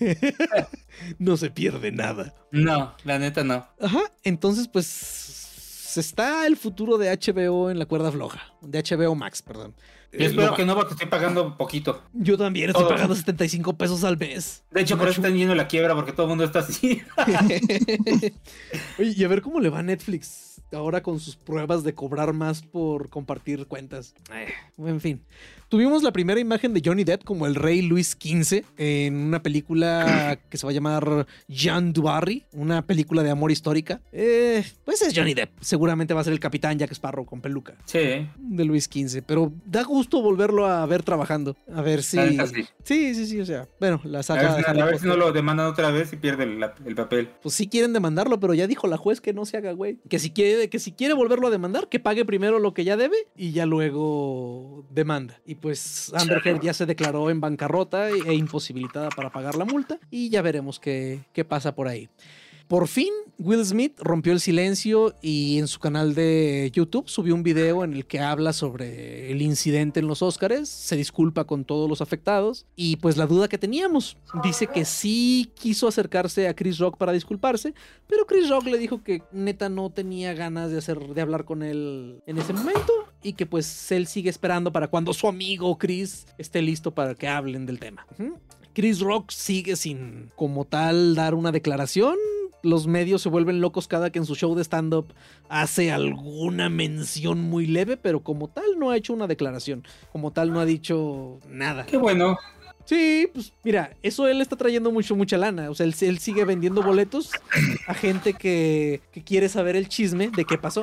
No se pierde nada. No, la neta no. Ajá. Entonces, pues... está el futuro de H B O en la cuerda floja. De H B O Max, perdón. Yo Eh, espero lo- que no, porque estoy pagando poquito. Yo también estoy Todo. pagando setenta y cinco pesos al mes. De hecho, por eso están yendo la quiebra, porque todo el mundo está así. Oye, y a ver cómo le va a Netflix. ahora con sus pruebas de cobrar más por compartir cuentas. Eh, en fin. Tuvimos la primera imagen de Johnny Depp como el rey Luis quince en una película que se va a llamar Jean du Barry, una película de amor histórica. Eh, pues es Johnny Depp. Seguramente va a ser el capitán Jack Sparrow con peluca. Sí. De Luis quince, pero da gusto volverlo a ver trabajando. A ver si... Sí, sí, sí, sí, o sea, bueno, la A saga... ver, si, a ver si no lo demandan otra vez y pierde el, el papel. Pues sí quieren demandarlo, pero ya dijo la juez que no se haga, güey. Que si quiere, que si quiere volverlo a demandar, que pague primero lo que ya debe y ya luego demanda. Y pues Amber Heard ya se declaró en bancarrota e imposibilitada para pagar la multa y ya veremos qué, qué pasa por ahí. Por fin, Will Smith rompió el silencio y en su canal de YouTube subió un video en el que habla sobre el incidente en los Óscares, se disculpa con todos los afectados y pues la duda que teníamos. Dice que sí quiso acercarse a Chris Rock para disculparse, pero Chris Rock le dijo que neta no tenía ganas de, hacer, de hablar con él en ese momento y que pues él sigue esperando para cuando su amigo Chris esté listo para que hablen del tema. Uh-huh. Chris Rock sigue sin como tal dar una declaración. Los medios se vuelven locos cada que en su show de stand-up hace alguna mención muy leve, pero como tal no ha hecho una declaración. Como tal no ha dicho nada. Qué bueno. Sí, pues mira, eso él está trayendo mucho, mucha lana. O sea, él, él sigue vendiendo boletos a gente que, que quiere saber el chisme de qué pasó.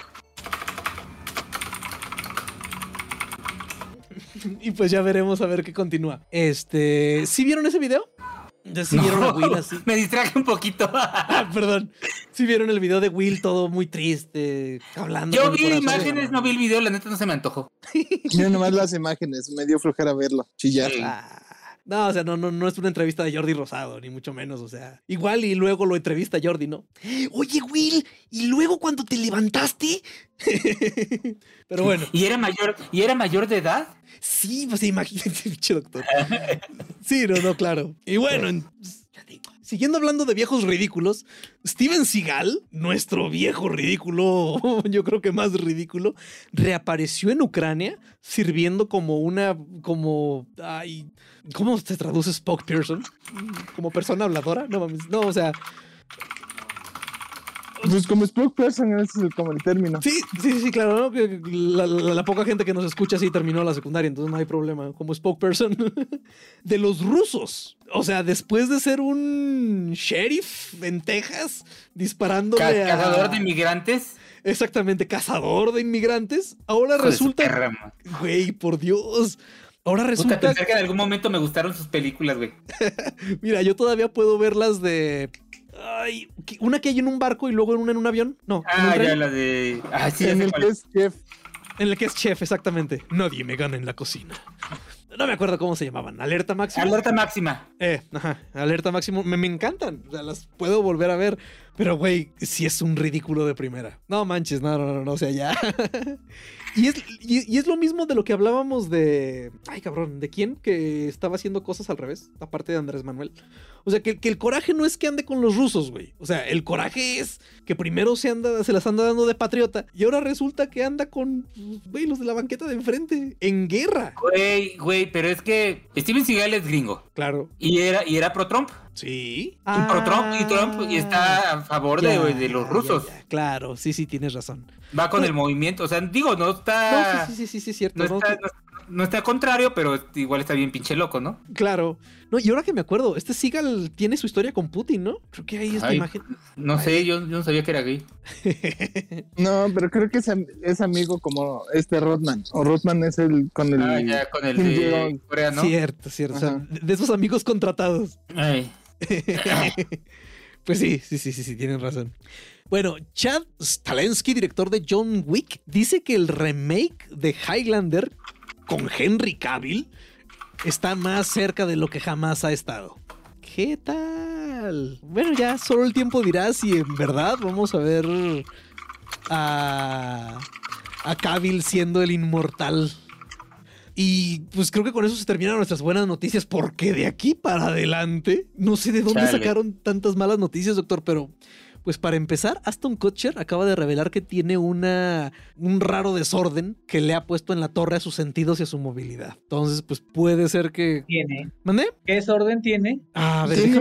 Y pues ya veremos a ver qué continúa. Este, ¿sí vieron ese video? Ya sí vieron no, a Will así. Me distraje un poquito. Ah, perdón. Sí vieron el video de Will todo muy triste, hablando. Yo vi imágenes, no vi el video, la neta no se me antojó. Mira nomás las imágenes, me dio flojera verlo, chillar. Sí. Ah, no, o sea, no, no, no es una entrevista de Jordi Rosado, ni mucho menos, o sea. Igual y luego lo entrevista Jordi, ¿no? Oye, Will, ¿y luego cuando te levantaste? Pero bueno. ¿Y era mayor, y era mayor de edad? Sí, pues imagínate, bicho doctor. Sí, no, no, claro. Y bueno, en, siguiendo hablando de viejos ridículos, Steven Seagal, nuestro viejo ridículo, yo creo que más ridículo, reapareció en Ucrania sirviendo como una, como, ay, ¿cómo se traduce spokesperson? ¿Como persona habladora? No mames, no, o sea... Pues como spokesperson, ese es como el término. Sí, sí, sí, claro, ¿no? Que la, la, la poca gente que nos escucha sí terminó la secundaria, entonces no hay problema. Como spokesperson de los rusos. O sea, después de ser un sheriff en Texas, disparándole Ca- a... ¿Cazador de inmigrantes? Exactamente, cazador de inmigrantes. Ahora Joder, resulta... Güey, por Dios... Ahora resulta... Puta, pensar que en algún momento me gustaron sus películas, güey. Mira, yo todavía puedo ver las de... Ay, una que hay en un barco y luego una en un avión. No. Ah, ya, la de... Ah, sí, en el que es chef. En el que es chef, exactamente. Nadie me gana en la cocina. No me acuerdo cómo se llamaban. Alerta máxima. Alerta máxima. Eh, ajá. Alerta máxima. Me, me encantan. O sea, las puedo volver a ver. Pero, güey, sí es un ridículo de primera. No manches, no, no, no, no, o sea, ya. Y es, y, y es lo mismo de lo que hablábamos de... Ay, cabrón, ¿de quién? Que estaba haciendo cosas al revés, aparte de Andrés Manuel. O sea, que, que el coraje no es que ande con los rusos, güey. O sea, el coraje es que primero se, anda, se las anda dando de patriota y ahora resulta que anda con, güey, los de la banqueta de enfrente, en guerra. Güey, güey, pero es que Steven Seagal es gringo. Claro. Y era, y era pro-Trump. Sí. Y pro-Trump y Trump y está a favor ya, de, de los rusos. Ya, ya. Claro, sí, sí, tienes razón. Va con pues, el movimiento, o sea, digo, no está... No, sí, sí, sí, sí, cierto. No, no está, no, no está contrario, pero igual está bien pinche loco, ¿no? Claro. No, y ahora que me acuerdo, este Seagal tiene su historia con Putin, ¿no? Creo que hay esta Ay, imagen. No Ay. sé, yo, yo no sabía que era gay. No, pero creo que es, es amigo como este Rodman. O Rodman es el con el... Ah, ya, con el de Corea, ¿no? Cierto, cierto. O sea, de esos amigos contratados. Ay. Pues sí, sí, sí, sí, sí, tienen razón. Bueno, Chad Stahelski, director de John Wick, dice que el remake de Highlander con Henry Cavill está más cerca de lo que jamás ha estado. ¿Qué tal? Bueno, ya solo el tiempo dirá si en verdad vamos a ver a, a Cavill siendo el inmortal. Y pues creo que con eso se terminan nuestras buenas noticias, porque de aquí para adelante no sé de dónde Chale. sacaron tantas malas noticias, doctor, pero pues para empezar, Aston Kutcher acaba de revelar que tiene una un raro desorden que le ha puesto en la torre a sus sentidos y a su movilidad. Entonces, pues puede ser que... ¿Tiene? ¿Mandé? ¿Qué desorden tiene? A ver, tiene déjame... Un,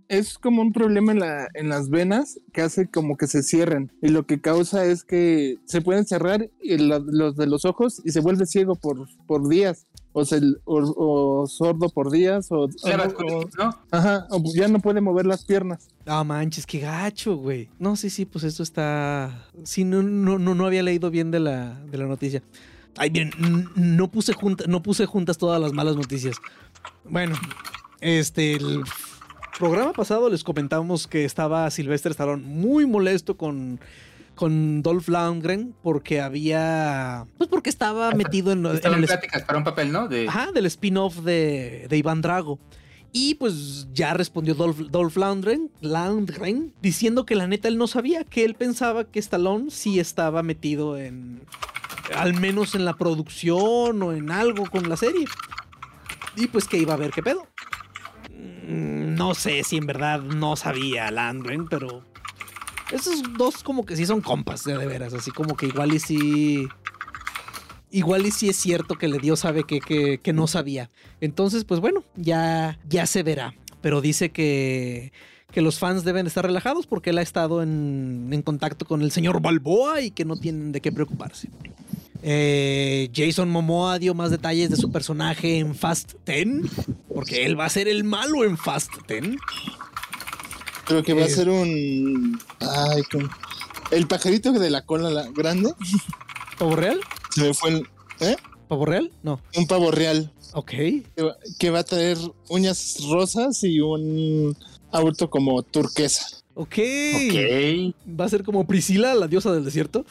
es como un problema en, la, en las venas que hace como que se cierren. Y lo que causa es que se pueden cerrar y la, los de los ojos y se vuelve ciego por, por días. O, se, o, o sordo por días. O, La o, vasculitis, ¿no? Ajá, o ya no puede mover las piernas. Ah, manches, qué gacho, güey. No, sí, sí, pues esto está... Sí, no, no, no, no había leído bien de la, de la noticia. Ay, miren, no puse, junta, no puse juntas todas las malas noticias. Bueno, este... El programa pasado les comentamos que estaba Sylvester Stallone muy molesto con... con Dolph Lundgren porque había... Pues porque estaba metido en... Estaban en el pláticas para un papel, ¿no? De... Ajá, del spin-off de, de Iván Drago. Y pues ya respondió Dolph, Dolph Lundgren, Lundgren diciendo que la neta él no sabía, que él pensaba que Stallone sí estaba metido en... al menos en la producción o en algo con la serie. Y pues que iba a ver qué pedo. No sé si en verdad no sabía Lundgren, pero... Esos dos como que sí son compas, de, de veras, así como que igual y sí... Igual y sí es cierto que le dio sabe que, que, que no sabía. Entonces, pues bueno, ya, ya se verá. Pero dice que, que los fans deben estar relajados porque él ha estado en, en contacto con el señor Balboa y que no tienen de qué preocuparse. Eh, Jason Momoa dio más detalles de su personaje en Fast diez, porque él va a ser el malo en Fast diez. Creo que va Eh, a ser un... Ay, con... El pajarito de la cola la- grande. ¿Pavo real? Se me fue el... ¿Eh? ¿Pavo real? No. Un pavo real. Ok. Que va, que va a traer uñas rosas y un auto como turquesa. Ok. Ok. Va a ser como Priscila, la diosa del desierto.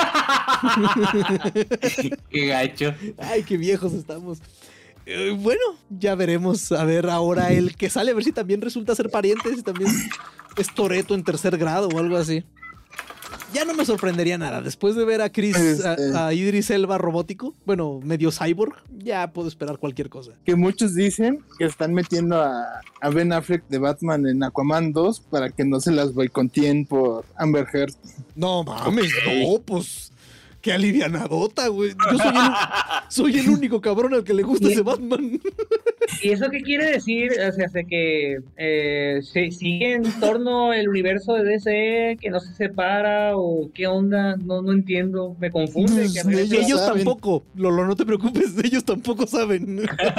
Qué gacho. Ay, qué viejos estamos. Eh, bueno, ya veremos. A ver ahora el que sale, a ver si también resulta ser pariente, si también es Toretto en tercer grado o algo así. Ya no me sorprendería nada. Después de ver a Chris, Este- a, a Idris Elba robótico, bueno, medio cyborg, ya puedo esperar cualquier cosa. Que muchos dicen que están metiendo a, a Ben Affleck de Batman en Aquaman dos para que no se las boicoteen por Amber Heard. No mames, no, pues. Qué alivianadota, güey. Yo soy el, soy el único cabrón al que le gusta ese Batman. ¿Y eso qué quiere decir? O sea, de que eh, se sigue en torno el universo de D C, que no se separa, o qué onda, no, no entiendo, me confunde. Pues, que a veces- ellos Ellos saben. tampoco. Lolo, no te preocupes, ellos tampoco saben.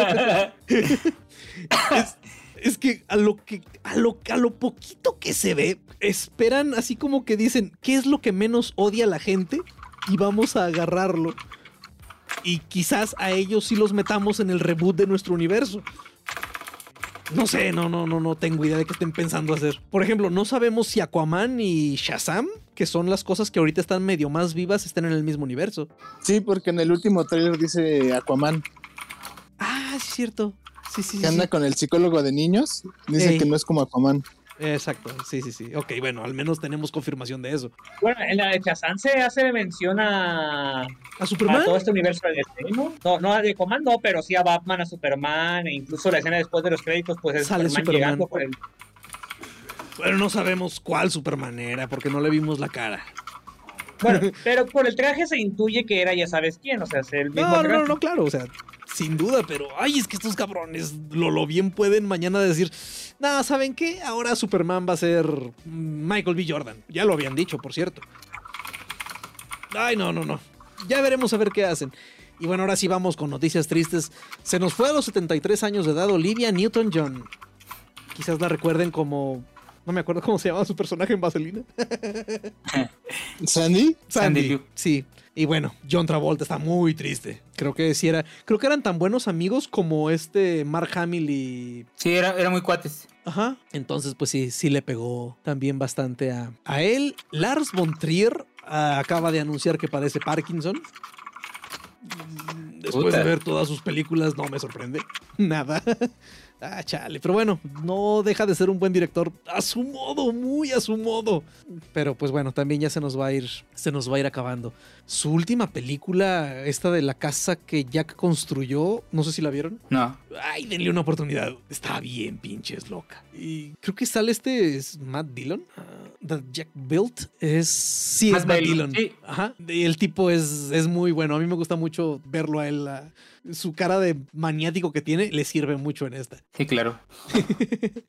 es, es que a lo que a lo, a lo poquito que se ve, esperan así como que dicen, ¿qué es lo que menos odia a la gente? Y vamos a agarrarlo. Y quizás a ellos sí los metamos en el reboot de nuestro universo. No sé, no, no, no, no tengo idea de qué estén pensando hacer. Por ejemplo, no sabemos si Aquaman y Shazam, que son las cosas que ahorita están medio más vivas, están en el mismo universo. Sí, porque en el último tráiler dice Aquaman, Ah, sí es cierto. Sí, sí, que sí. anda con el psicólogo de niños. Dice Ey. que no es como Aquaman. Exacto, sí, sí, sí. Ok, bueno, al menos tenemos confirmación de eso. Bueno, en la de Shazam se hace mención a, ¿A a Superman? todo este universo de D C, ¿no? No, no a de Command, no, pero sí a Batman, a Superman, e incluso la escena después de los créditos, pues es Sale Superman, Superman. llegando por el... Bueno, no sabemos cuál Superman era porque no le vimos la cara. Bueno, pero por el traje se intuye que era ya sabes quién, o sea, es el mismo No, no, traje. no, no, claro, o sea, sin duda, pero ay, es que estos cabrones lo, lo bien pueden mañana decir, nada, ¿saben qué? Ahora Superman va a ser mm, Michael B. Jordan. Ya lo habían dicho, por cierto. Ay, no, no, no. Ya veremos a ver qué hacen. Y bueno, ahora sí vamos con noticias tristes. Se nos fue a los setenta y tres años de edad Olivia Newton-John. Quizás la recuerden como... No me acuerdo cómo se llamaba su personaje en Vaselina. ¿Sandy? Sandy Liu. Sí. Y bueno, John Travolta está muy triste. Creo que sí era... Creo que eran tan buenos amigos como este Mark Hamill y... Sí, era, era muy cuates. Ajá. Entonces, pues sí, sí le pegó también bastante a, a él. Lars von Trier ah, acaba de anunciar que padece Parkinson. Mm, Después Puta. de ver todas sus películas, no me sorprende. Nada. Ah, chale. Pero bueno, no deja de ser un buen director a su modo, muy a su modo. Pero pues bueno, también ya se nos va a ir, se nos va a ir acabando. Su última película, esta de la casa que Jack construyó, no sé si la vieron. No. Ay, denle una oportunidad. Está bien, pinches loca. Y creo que sale este es Matt Dillon. Uh, That Jack Built. Es. Sí, Matt es Matt Dillon, Dillon. sí. Ajá. Y el tipo es, es muy bueno. A mí me gusta mucho verlo a él. la- su cara de maniático que tiene le sirve mucho en esta. Sí, claro.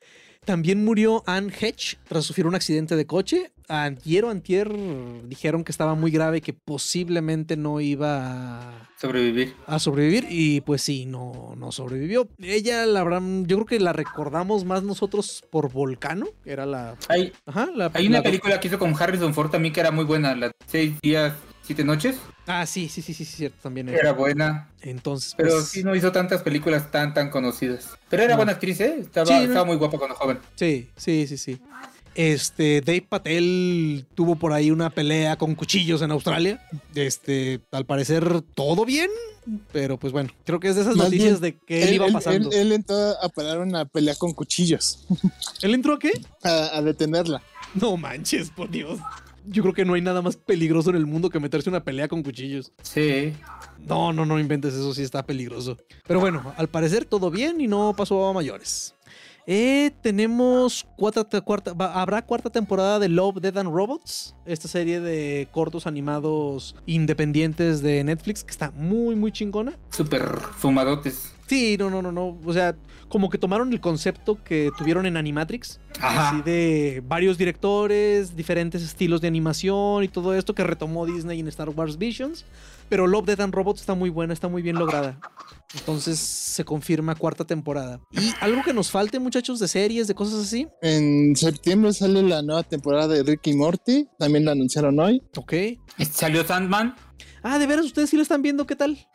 También murió Anne Hedge tras sufrir un accidente de coche. Antier o antier dijeron que estaba muy grave y que posiblemente no iba a sobrevivir. A sobrevivir y pues sí, no, no sobrevivió. Ella, la verdad, yo creo que la recordamos más nosotros por Volcano, que era la... Hay, Ajá, la, hay una la, película que hizo con Harrison Ford también que era muy buena, la Seis días, siete noches. Ah, sí, sí, sí, sí, sí, cierto, también era. Era buena. Entonces, pero pues... sí no hizo tantas películas tan, tan conocidas. Pero era no. buena actriz, ¿eh? Estaba, sí, estaba no. muy guapa cuando joven. Sí, sí, sí, sí. Este, Dave Patel tuvo por ahí una pelea con cuchillos en Australia. Este, al parecer todo bien, pero pues bueno, creo que es de esas Más noticias bien, de que él, él iba pasando. Él, él entró a parar una pelea con cuchillos. ¿Él entró a qué? A, a detenerla. No manches, por Dios. Yo creo que no hay nada más peligroso en el mundo que meterse una pelea con cuchillos. Sí. No, no, no inventes, eso sí está peligroso. Pero bueno, al parecer todo bien y no pasó a mayores. Eh, tenemos cuarta, cuarta, va, habrá cuarta temporada de Love, Death and Robots, esta serie de cortos animados independientes de Netflix que está muy, muy chingona. Súper fumadotes. Sí, no, no, no, no, o sea, como que tomaron el concepto que tuvieron en Animatrix, Ajá. así de varios directores, diferentes estilos de animación y todo esto que retomó Disney en Star Wars Visions. Pero Love, Death and Robots está muy buena, está muy bien lograda. Entonces se confirma cuarta temporada. ¿Y algo que nos falte, muchachos, de series, de cosas así? En septiembre sale la nueva temporada de Rick y Morty. También la anunciaron hoy. Ok. Salió Sandman. Ah, ¿de veras ustedes sí lo están viendo? ¿Qué tal?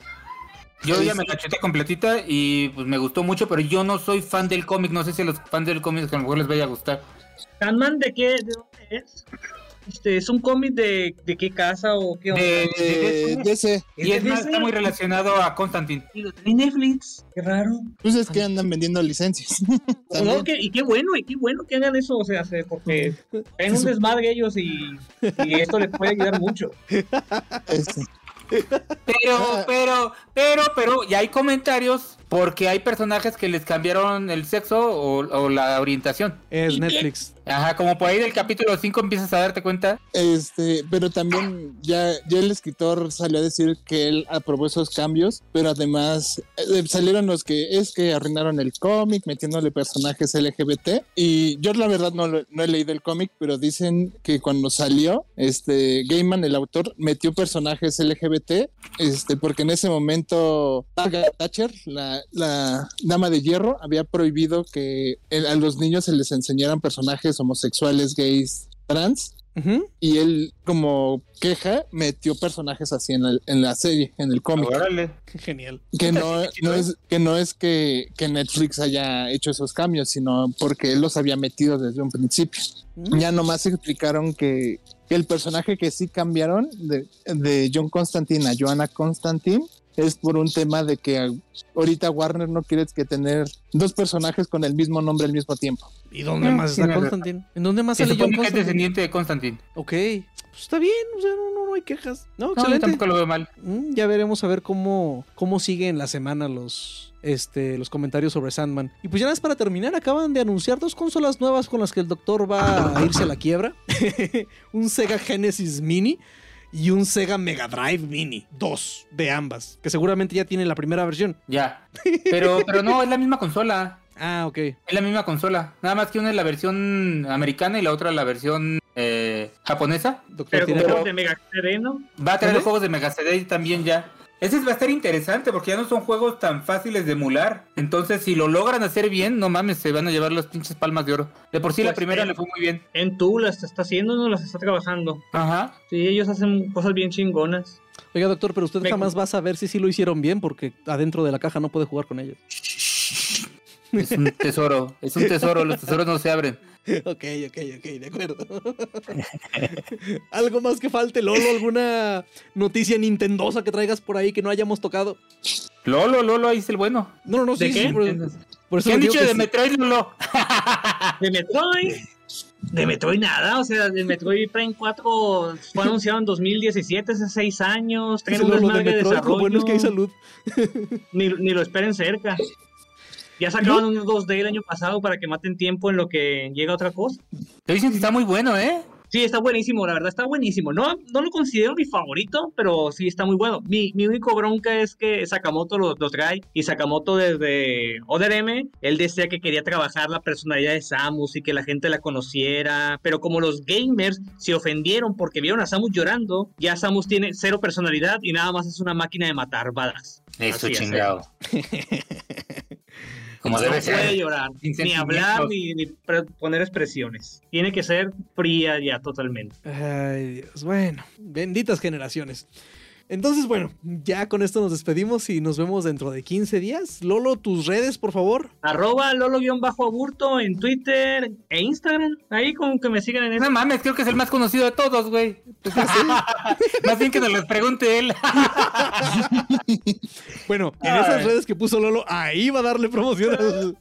Yo ya me la chuté completita y pues me gustó mucho, pero yo no soy fan del cómic. No sé si a los fans del cómic a lo mejor les vaya a gustar. ¿Sandman de qué? ¿De dónde es? Este, ¿es un cómic de, de qué casa o qué onda? De, De, de ese. Y es más, está muy relacionado a Constantine. Y lo tiene Netflix, qué raro. Pues es que andan vendiendo licencias. No, que, y qué bueno, y qué bueno que hagan eso, o sea, se- porque tienen un desmadre ellos y, y esto les puede ayudar mucho. Este, Pero, pero, pero, pero, ya hay comentarios porque hay personajes que les cambiaron el sexo o, o la orientación. Es ¿Y qué? Netflix. Ajá, como por ahí del capítulo cinco empiezas a darte cuenta. este, pero también ya, ya el escritor salió a decir que él aprobó esos cambios, pero además eh, salieron los que es que arruinaron el cómic metiéndole personajes L G B T. Y yo la verdad no, lo- no he leído el cómic, pero dicen que cuando salió, este Gaiman, el autor, metió personajes L G B T, este, porque en ese momento Margaret Thatcher, la, la dama de hierro, había prohibido que el- a los niños se les enseñaran personajes homosexuales, gays, trans. Ujú. Y él, como queja, metió personajes así en la, en la serie, en el cómic. Órale. Genial. Que no, no es, que no es que, que Netflix haya hecho esos cambios, sino porque él los había metido desde un principio. Mm. Ya nomás explicaron que, que el personaje que sí cambiaron de, de John Constantine a Joanna Constantine es por un tema de que ahorita Warner no quiere que tener dos personajes con el mismo nombre al mismo tiempo. ¿Y dónde Ah, más sí, está me- Constantine? ¿En dónde más Se sale John supone que es Constantine? descendiente de Constantine. Ok, pues está bien, o sea, no, no, no hay quejas. No, No, yo excelente. tampoco lo veo mal. Mm, ya veremos a ver cómo, cómo sigue en la semana los, este, los comentarios sobre Sandman. Y pues ya nada más para terminar, acaban de anunciar dos consolas nuevas con las que el doctor va a irse a la quiebra. Un Sega Genesis Mini y un Sega Mega Drive Mini. Dos de ambas, que seguramente ya tienen la primera versión. Ya. Pero, pero no, es la misma consola. Ah, ok. Es la misma consola. Nada más que una es la versión americana y la otra la versión eh, japonesa. Doctor, Pero tiene... como de Mega C D, ¿no? Va a traer ¿Vale? juegos de Mega C D también ya. Ese va a estar interesante porque ya no son juegos tan fáciles de emular. Entonces, si lo logran hacer bien, no mames, se van a llevar las pinches palmas de oro. De por sí la Pues, primera eh. le fue muy bien. En tú las está haciendo, no las está trabajando. Ajá. Sí, ellos hacen cosas bien chingonas. Oiga, doctor, pero usted Me- jamás va a saber si sí lo hicieron bien porque adentro de la caja no puede jugar con ellos. Es un tesoro, es un tesoro, los tesoros no se abren. Ok, ok, ok, de acuerdo. ¿Algo más que falte, Lolo? ¿Alguna noticia nintendosa que traigas por ahí que no hayamos tocado? Lolo, Lolo, ahí es el bueno. No, no, no, ¿De sí, qué? sí, por, por eso ¿Qué han le digo dicho que de sí. Metroid, Lolo? De Metroid. De Metroid nada, o sea, de Metroid Prime cuatro fue anunciado en dos mil diecisiete, hace seis años. Dice Traen un Lolo, de desmadre de Metroid, lo desarrollo. bueno es que hay salud. Ni, ni lo esperen cerca. Ya sacaban un dos D el año pasado para que maten tiempo en lo que llega otra cosa. Te dicen que está muy bueno, ¿eh? Sí, está buenísimo, la verdad, está buenísimo. No, no lo considero mi favorito, pero sí está muy bueno. Mi, mi único bronca es que Sakamoto lo, lo trae, y Sakamoto desde Other M, él decía que quería trabajar la personalidad de Samus y que la gente la conociera, pero como los gamers se ofendieron porque vieron a Samus llorando, ya Samus tiene cero personalidad y nada más es una máquina de matar balas. Eso Así es, chingado. Como no debe ser. puede llorar, ni hablar, ni, ni poner expresiones. Tiene que ser fría ya totalmente. Ay, Dios. Bueno, benditas generaciones. Entonces, bueno, ya con esto nos despedimos y nos vemos dentro de quince días. Lolo, tus redes, por favor. Arroba Lolo-Aburto en Twitter e Instagram. Ahí con que me sigan en eso. No mames, creo que es el más conocido de todos, güey. Pues, más bien que nos los pregunte él. Bueno, en Ay. esas redes que puso Lolo, ahí va a darle promoción.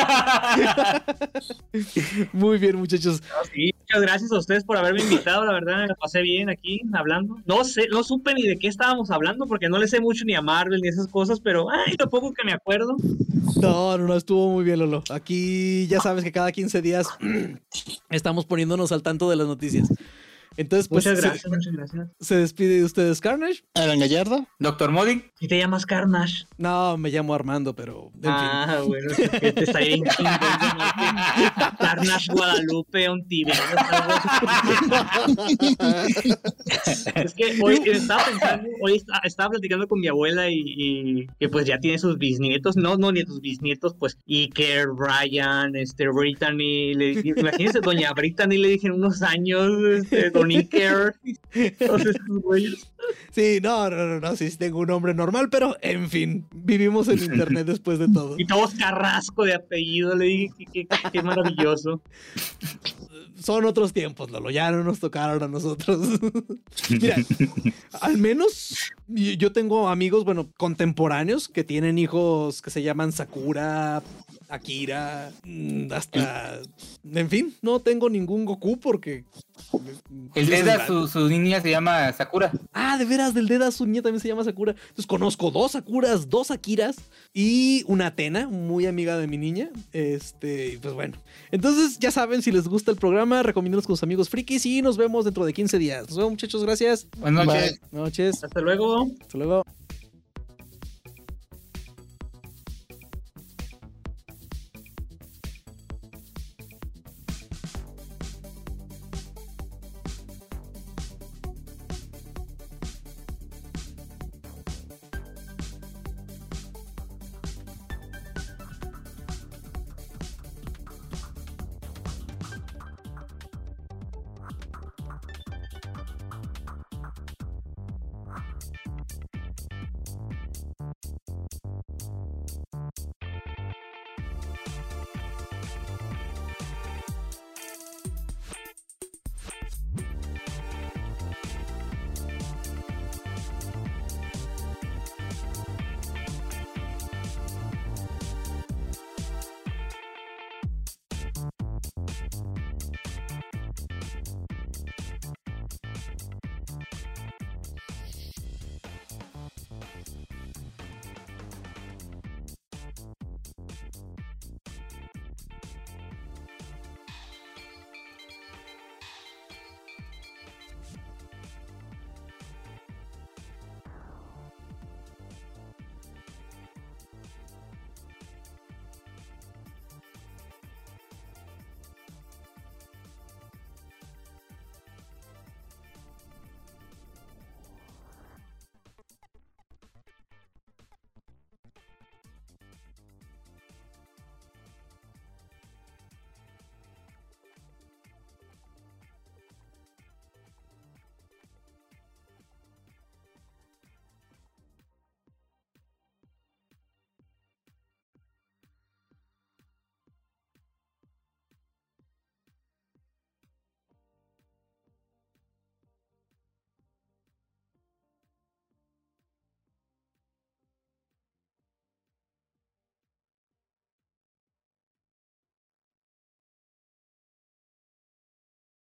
Muy bien, muchachos. Sí, muchas gracias a ustedes por haberme invitado, la verdad, me pasé bien aquí hablando. No sé, no supe ni de qué estábamos hablando porque no le sé mucho ni a Marvel ni esas cosas, pero ay, lo poco que me acuerdo. No, no, no, estuvo muy bien, Lolo. Aquí ya sabes que cada quince días estamos poniéndonos al tanto de las noticias. Entonces, pues, Muchas se- gracias, muchas gracias. Se despide de ustedes, Carnage. Alan Gallardo. Doctor Modding. Si te llamas Carnage. No, me llamo Armando, pero en fin. Ah, bueno, que te estaría bien chingón llamarte Carnage Guadalupe Ontiveros, algo así. Es que hoy estaba pensando, hoy está- estaba platicando con mi abuela y, y que pues ya tiene sus bisnietos, no, no, ni sus bisnietos, pues Iker, Brian, este, Brittany, le, imagínense, doña Brittany le dije en unos años, este, don Iker, todos esos güeyes. Sí, no, no, no, no, sí tengo un nombre normal, pero en fin, vivimos en internet después de todo. Y todos Carrasco de apellido, le dije, qué, qué, qué maravilloso. Son otros tiempos, Lolo, ya no nos tocaron a nosotros. Mira, al menos y- yo tengo amigos, bueno, contemporáneos que tienen hijos que se llaman Sakura, Akira, mm, hasta... En fin, no tengo ningún Goku porque... El Dios Deda, es su, su niña se llama Sakura. Ah, de veras, del Deda, su niña también se llama Sakura. Entonces conozco dos Sakuras, dos Akiras y una Atena, muy amiga de mi niña. Este, y pues bueno. Entonces, ya saben, si les gusta el programa, recomiéndanos con sus amigos frikis y nos vemos dentro de quince días. Nos vemos, muchachos, gracias. Buenas noches. Bye. Buenas noches. Hasta luego. Hasta luego.